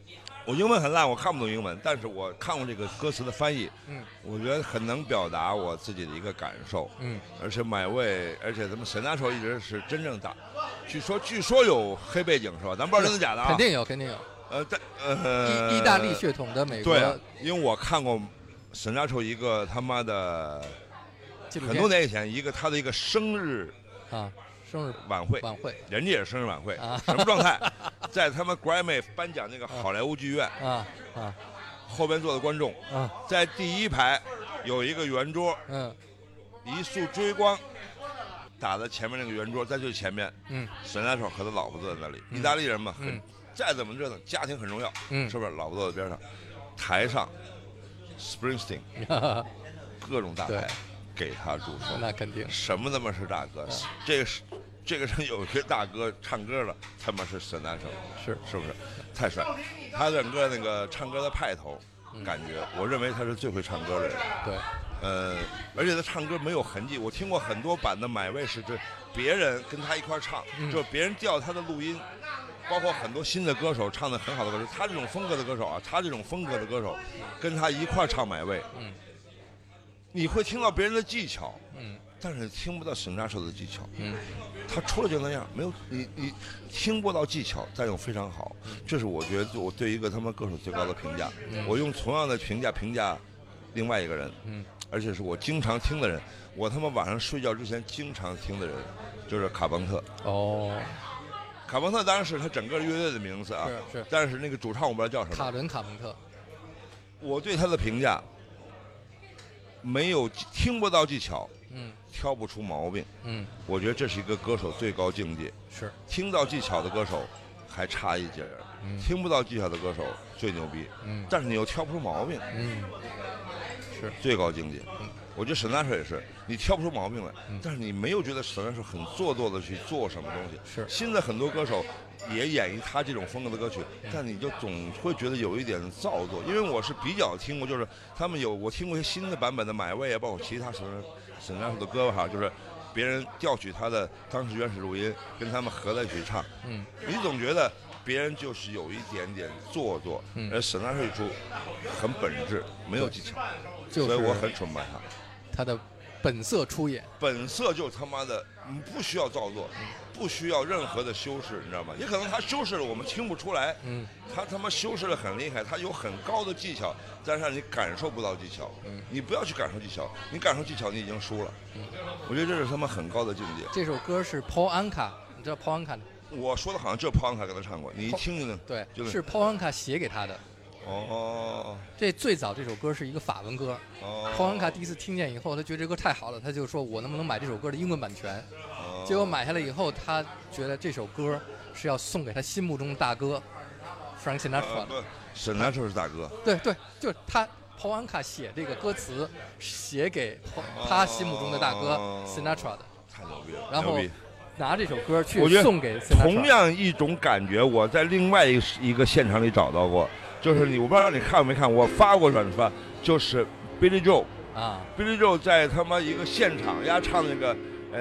S2: 我英文很烂，我看不懂英文，但是我看过这个歌词的翻译，
S1: 嗯，
S2: 我觉得很能表达我自己的一个感受，
S1: 嗯，
S2: 而且买位，而且咱们沈大手一直是真正打，据说据说有黑背景是吧？咱不知道真的假的啊，
S1: 肯定有，肯定有。
S2: 呃，在呃
S1: 意意大利血统的美国，
S2: 对、啊，因为我看过沈大手一个他妈的
S1: 很
S2: 很多年以前一个他的一个生日
S1: 啊。生日
S2: 晚会，
S1: 晚会，
S2: 人家也是生日晚会，
S1: 啊、
S2: 什么状态？在他们 Grammy 颁奖那个好莱坞剧院
S1: 啊啊，
S2: 后边坐的观众
S1: 啊，
S2: 在第一排有一个圆桌，
S1: 嗯，
S2: 一束追光打在前面那个圆桌，在最前面，
S1: 嗯，
S2: 沈大手和他老婆坐在那里，
S1: 嗯、
S2: 意大利人嘛，
S1: 嗯，
S2: 再怎么热闹，家庭很重要，
S1: 嗯，
S2: 是不是？老婆坐在边上，台上 Springsteen 各种大牌给他祝福，
S1: 那肯定，
S2: 什么他妈是大哥？这个是。这个人有一个大哥唱歌了，他妈是沈大手，
S1: 是
S2: 是不是？太帅！他整个那个唱歌的派头，
S1: 嗯、
S2: 感觉，我认为他是最会唱歌的人。
S1: 对，
S2: 呃，而且他唱歌没有痕迹。我听过很多版的买位是这别人跟他一块唱，
S1: 嗯、
S2: 就是别人调他的录音，包括很多新的歌手唱的很好的歌手，他这种风格的歌手啊，他这种风格的歌手跟他一块唱买位，
S1: 嗯，
S2: 你会听到别人的技巧，
S1: 嗯。
S2: 但是听不到沈大手的技巧，
S1: 嗯，
S2: 他出来就那样，没有你你听不到技巧，但又非常好，这是我觉得我对一个他妈歌手最高的评价。
S1: 嗯、
S2: 我用同样的评价评价另外一个人，
S1: 嗯，
S2: 而且是我经常听的人，我他妈晚上睡觉之前经常听的人，就是卡朋特。
S1: 哦，
S2: 卡朋特当然是他整个乐队的名字啊，
S1: 是是，
S2: 但是那个主唱我不知道叫什么。
S1: 卡伦卡朋特。
S2: 我对他的评价，没有听不到技巧。
S1: 嗯，
S2: 挑不出毛病。
S1: 嗯，
S2: 我觉得这是一个歌手最高境界。
S1: 是，
S2: 听到技巧的歌手还差一截儿，
S1: 嗯、
S2: 听不到技巧的歌手最牛逼。
S1: 嗯，
S2: 但是你又挑不出毛病。
S1: 嗯，是
S2: 最高境界。
S1: 嗯，
S2: 我觉得沈大手也是，你挑不出毛病来，
S1: 嗯、
S2: 但是你没有觉得沈大手很做作的去做什么东西。
S1: 是，
S2: 新的很多歌手也演绎他这种风格的歌曲，但你就总会觉得有一点造作。因为我是比较听过，就是他们有我听过一些新的版本的买位啊，包括其他什么。沈大手的歌哈，就是别人调取他的当时原始录音，跟他们合在一起唱。
S1: 嗯，
S2: 你总觉得别人就是有一点点做作，
S1: 嗯、
S2: 而沈大手一出很本质，没有技巧，
S1: 就是、
S2: 所以我很崇拜他。
S1: 他的本色出演，
S2: 本色就他妈的，你不需要造作，不需要任何的修饰，你知道吗？也可能他修饰了，我们听不出来。
S1: 嗯，
S2: 他他妈修饰的很厉害，他有很高的技巧，但是让你感受不到技巧。
S1: 嗯，
S2: 你不要去感受技巧，你感受技巧，你已经输了。
S1: 嗯，
S2: 我觉得这是他妈很高的境界。
S1: 这首歌是 Paul Anka， 你知道 Paul Anka 吗？
S2: 我说的好像就 Paul Anka 跟他唱过，你一听就能。
S1: 对，
S2: 就是
S1: 是 Paul Anka 写给他的。
S2: 哦，
S1: 这最早这首歌是一个法文歌。
S2: 哦，
S1: 泡恩卡第一次听见以后，他觉得这歌太好了，他就说我能不能买这首歌的英文版权。
S2: 哦，
S1: 结果买下来以后，他觉得这首歌是要送给他心目中的大哥 Frank Sinatra 的。
S2: 沈大手是大哥。
S1: 对对，就是他泡恩卡写这个歌词，写给他心目中的大哥 Sinatra 的。
S2: 太牛逼了！
S1: 然后拿这首歌去送给
S2: Sinatra。同样一种感觉，我在另外一一个现场里找到过。就是你，我不知道你看没看，我发过转发，就是 Billy Joel
S1: 啊
S2: ，Billy Joel 在他妈一个现场呀唱那个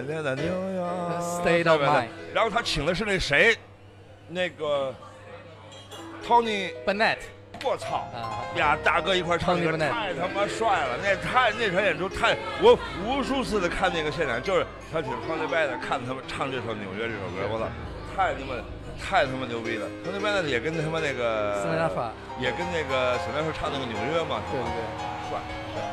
S1: State of Mind，
S2: 然后他请的是那谁，那个 Tony
S1: Bennett，
S2: 我操
S1: 啊
S2: 呀，大哥一块唱那个太他妈帅了，那太那场演出太，我无数次的看那个现场，就是他请 Tony Bennett 看他们唱这首《纽约》这首歌，我操，太他妈。太他妈牛逼了！他那边呢也跟他妈那个，也跟那个沈大手唱那个纽约嘛，
S1: 对对对，
S2: 帅。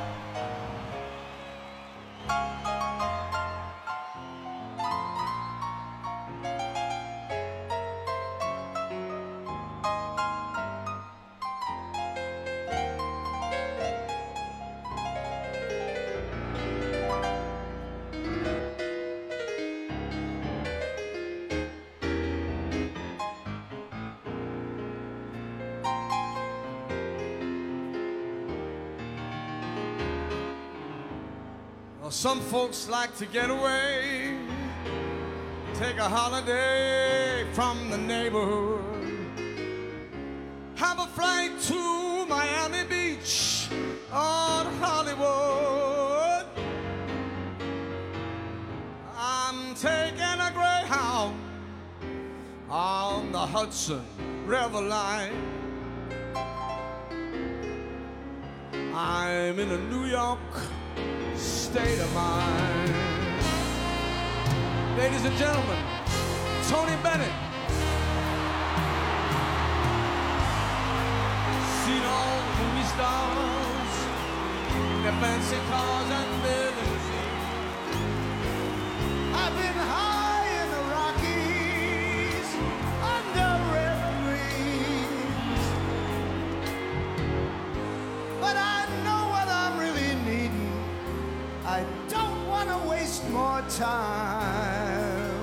S3: Some folks like to get away, take a holiday from the neighborhood, have a flight to Miami Beach or Hollywood. I'm taking a Greyhound on the Hudson River line. I'm in a New York state of mind. Ladies and gentlemen, Tony Bennett. Seen all the movie stars, their fancy cars and limousines. I've been high in the Rockies, under evergreens. But I know what I'm really needing. I don't want to waste more time.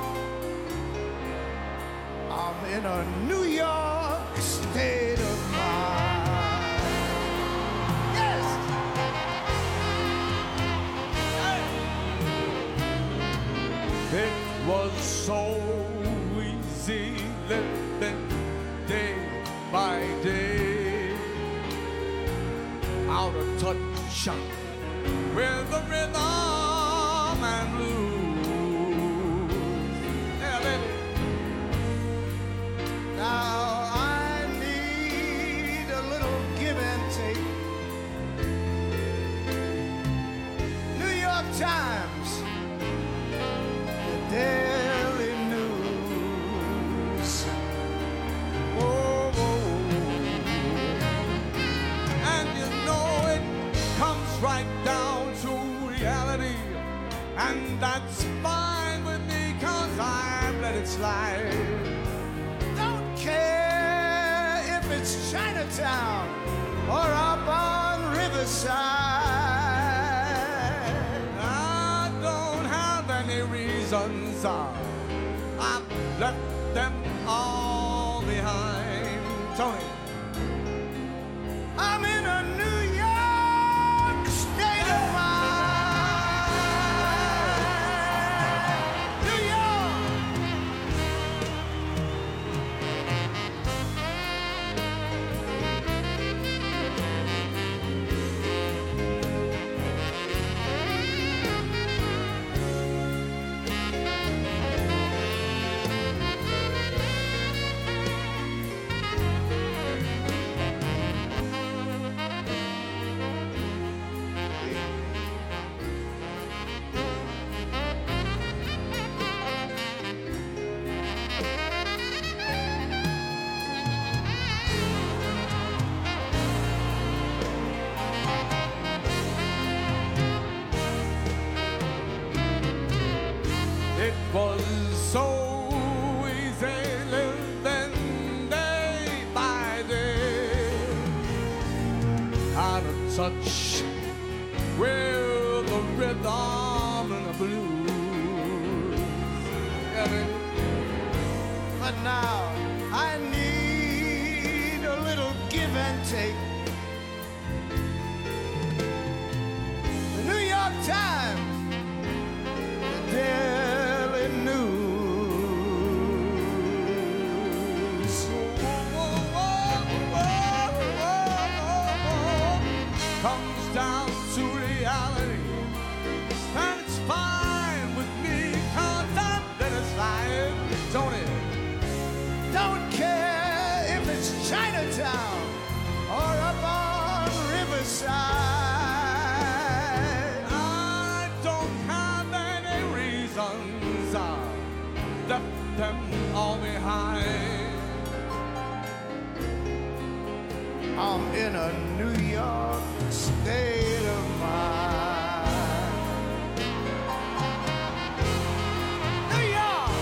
S3: I'm in a New York state of mind. Yes! Hey. It was so easy living day by day, out of touch with the rhythm and blues. Yeah, baby. Now I need a little give and take. New York Times, the Daily News. Oh, oh. And you know it comes right down to reality, and that's fine with me, cause I've let it slide. Don't care if it's Chinatown or up on Riverside. I don't have any reasons, I've left them all behind. Tony, I'm in a New York state of mind. New York. It was so easy living day by day, out of touch with the rhythm and the blues. Yeah, baby. But now I need a little give and take. The New York Times, the Daily News. Comes down to reality, and it's fine with me, cause I'm satisfied. Tony, don't care if it's Chinatown or up on Riverside. I don't have any reasons, I've left them all behind. I'm in a New York state of mind. New York!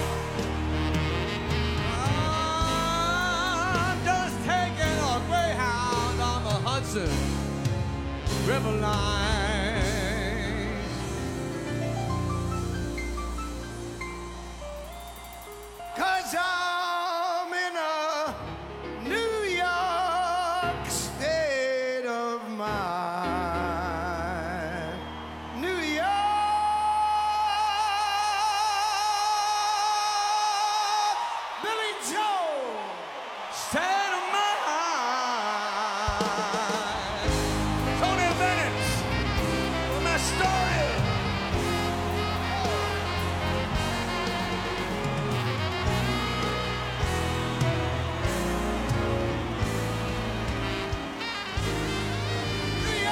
S3: I'm just taking a Greyhound on the Hudson River line. Cause I'm in a New York state of mind. New York, Billy Joel, state of mind. Tony Bennett, with my story. New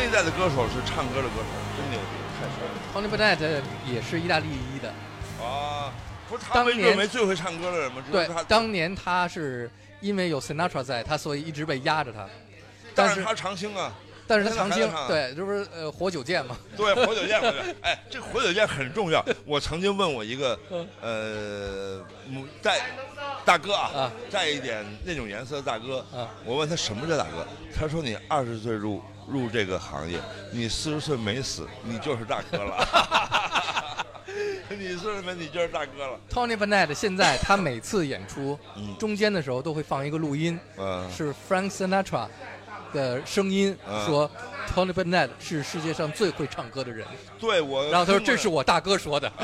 S2: 一代的歌手是唱歌的歌手，真牛逼，太帅了。
S1: Tony Bennett 也是意大利裔的。
S2: 啊，不是他被认为最会唱歌的人吗？
S1: 对，当年他是因为有 Sinatra 在，他所以一直被压着他。
S2: 但是他长青啊。
S1: 但是他长青，对，这不是呃活久见吗？
S2: 对，活久见，活久见。哎，这活久见很重要。我曾经问我一个呃，带大哥啊，
S1: 啊
S2: 带一点那种颜色的大哥
S1: 啊，
S2: 我问他什么叫大哥，他说你二十岁入入这个行业，你四十岁没死，你就是大哥了。你四十岁你就是大哥了。
S1: Tony Bennett 现在他每次演出、
S2: 嗯、
S1: 中间的时候都会放一个录音，
S2: 嗯、
S1: 是 Frank Sinatra。的声音说、嗯、Tony Bennett 是世界上最会唱歌的人。
S2: 对我，
S1: 然后他说这是我大哥说的。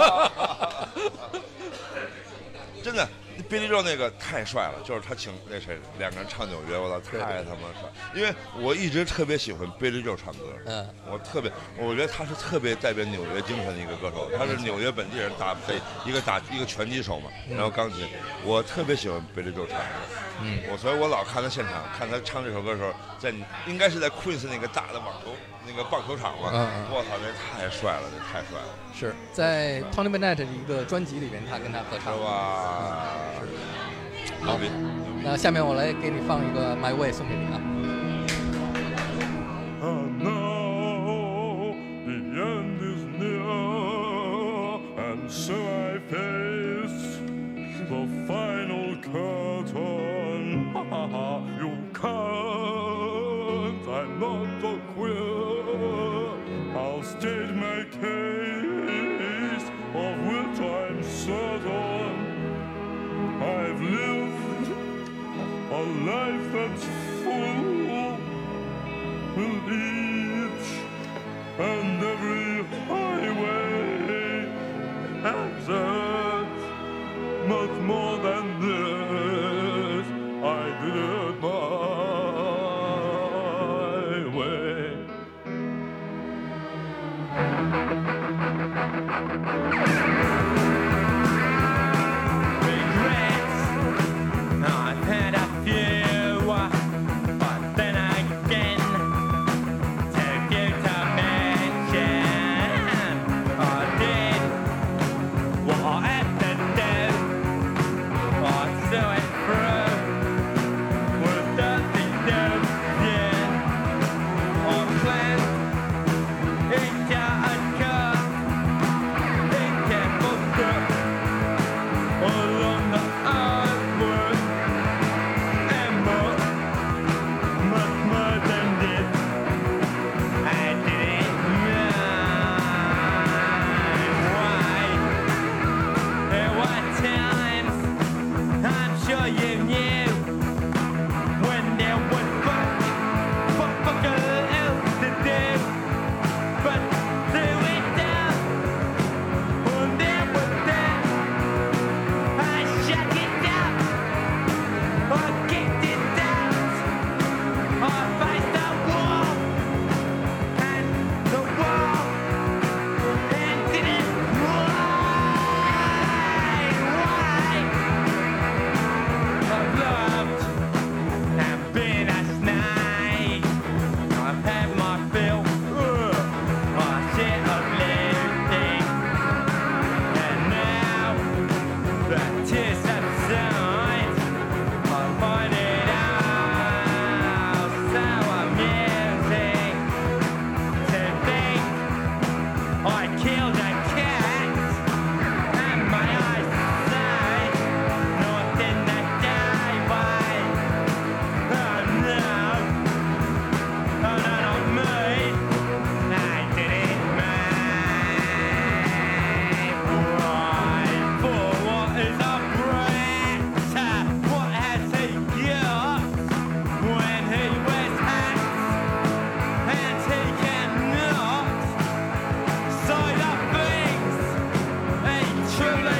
S2: 真的 ，Billy Joe 那个太帅了，就是他请那谁两个人唱纽约，我操，太他妈帅！因为我一直特别喜欢 Billy Joe 唱歌，
S1: 嗯，
S2: 我特别，我觉得他是特别代表纽约精神的一个歌手，他是纽约本地人，打非一个打一个拳击手嘛，然后钢琴，我特别喜欢 Billy Joe 唱歌。
S1: 嗯，
S2: 我所以，我老看他现场，看他唱这首歌的时候，在应该是在 Queens 那个大的网球那个棒球场嘛。
S1: 嗯嗯。
S2: 我操，那太帅了，这太帅了。
S1: 是在 Tony Bennett 的一个专辑里面，他跟他合唱。
S2: 是吧？
S1: 是。好，那下面我来给你放一个 My Way 送给你啊。
S16: And now the end is near, and so I face the final curtain. You can't, I'm not a queer. I'll state my case, of which I'm certain. I've lived a life that's full, with each and every highway exit. Much more than this, I did it my way.
S3: Regrets, I've had a few, but then again, to give to mention, I did what I had to do. I saw it through with nothing new, yeah. I planned it and cut, it kept us through along the earthward, and more, much more than this. I did it my way. There were times I'm sure you knew when there was fuck, fuck, fuck else to do, but do it down when there was that. I shut it down, I kicked it down, I faced the wall, and the wall ended it. I've loved and been a snake. I've had my fill, uh, my shit of lifting, and now the tears subside. I find it out so amusing to think I killed a cat, and my eyes say not in the daylight. Oh no, oh no, not me. I did it my way. For what is a brat? What has he got when he wears hats and he cannot? So the things he truly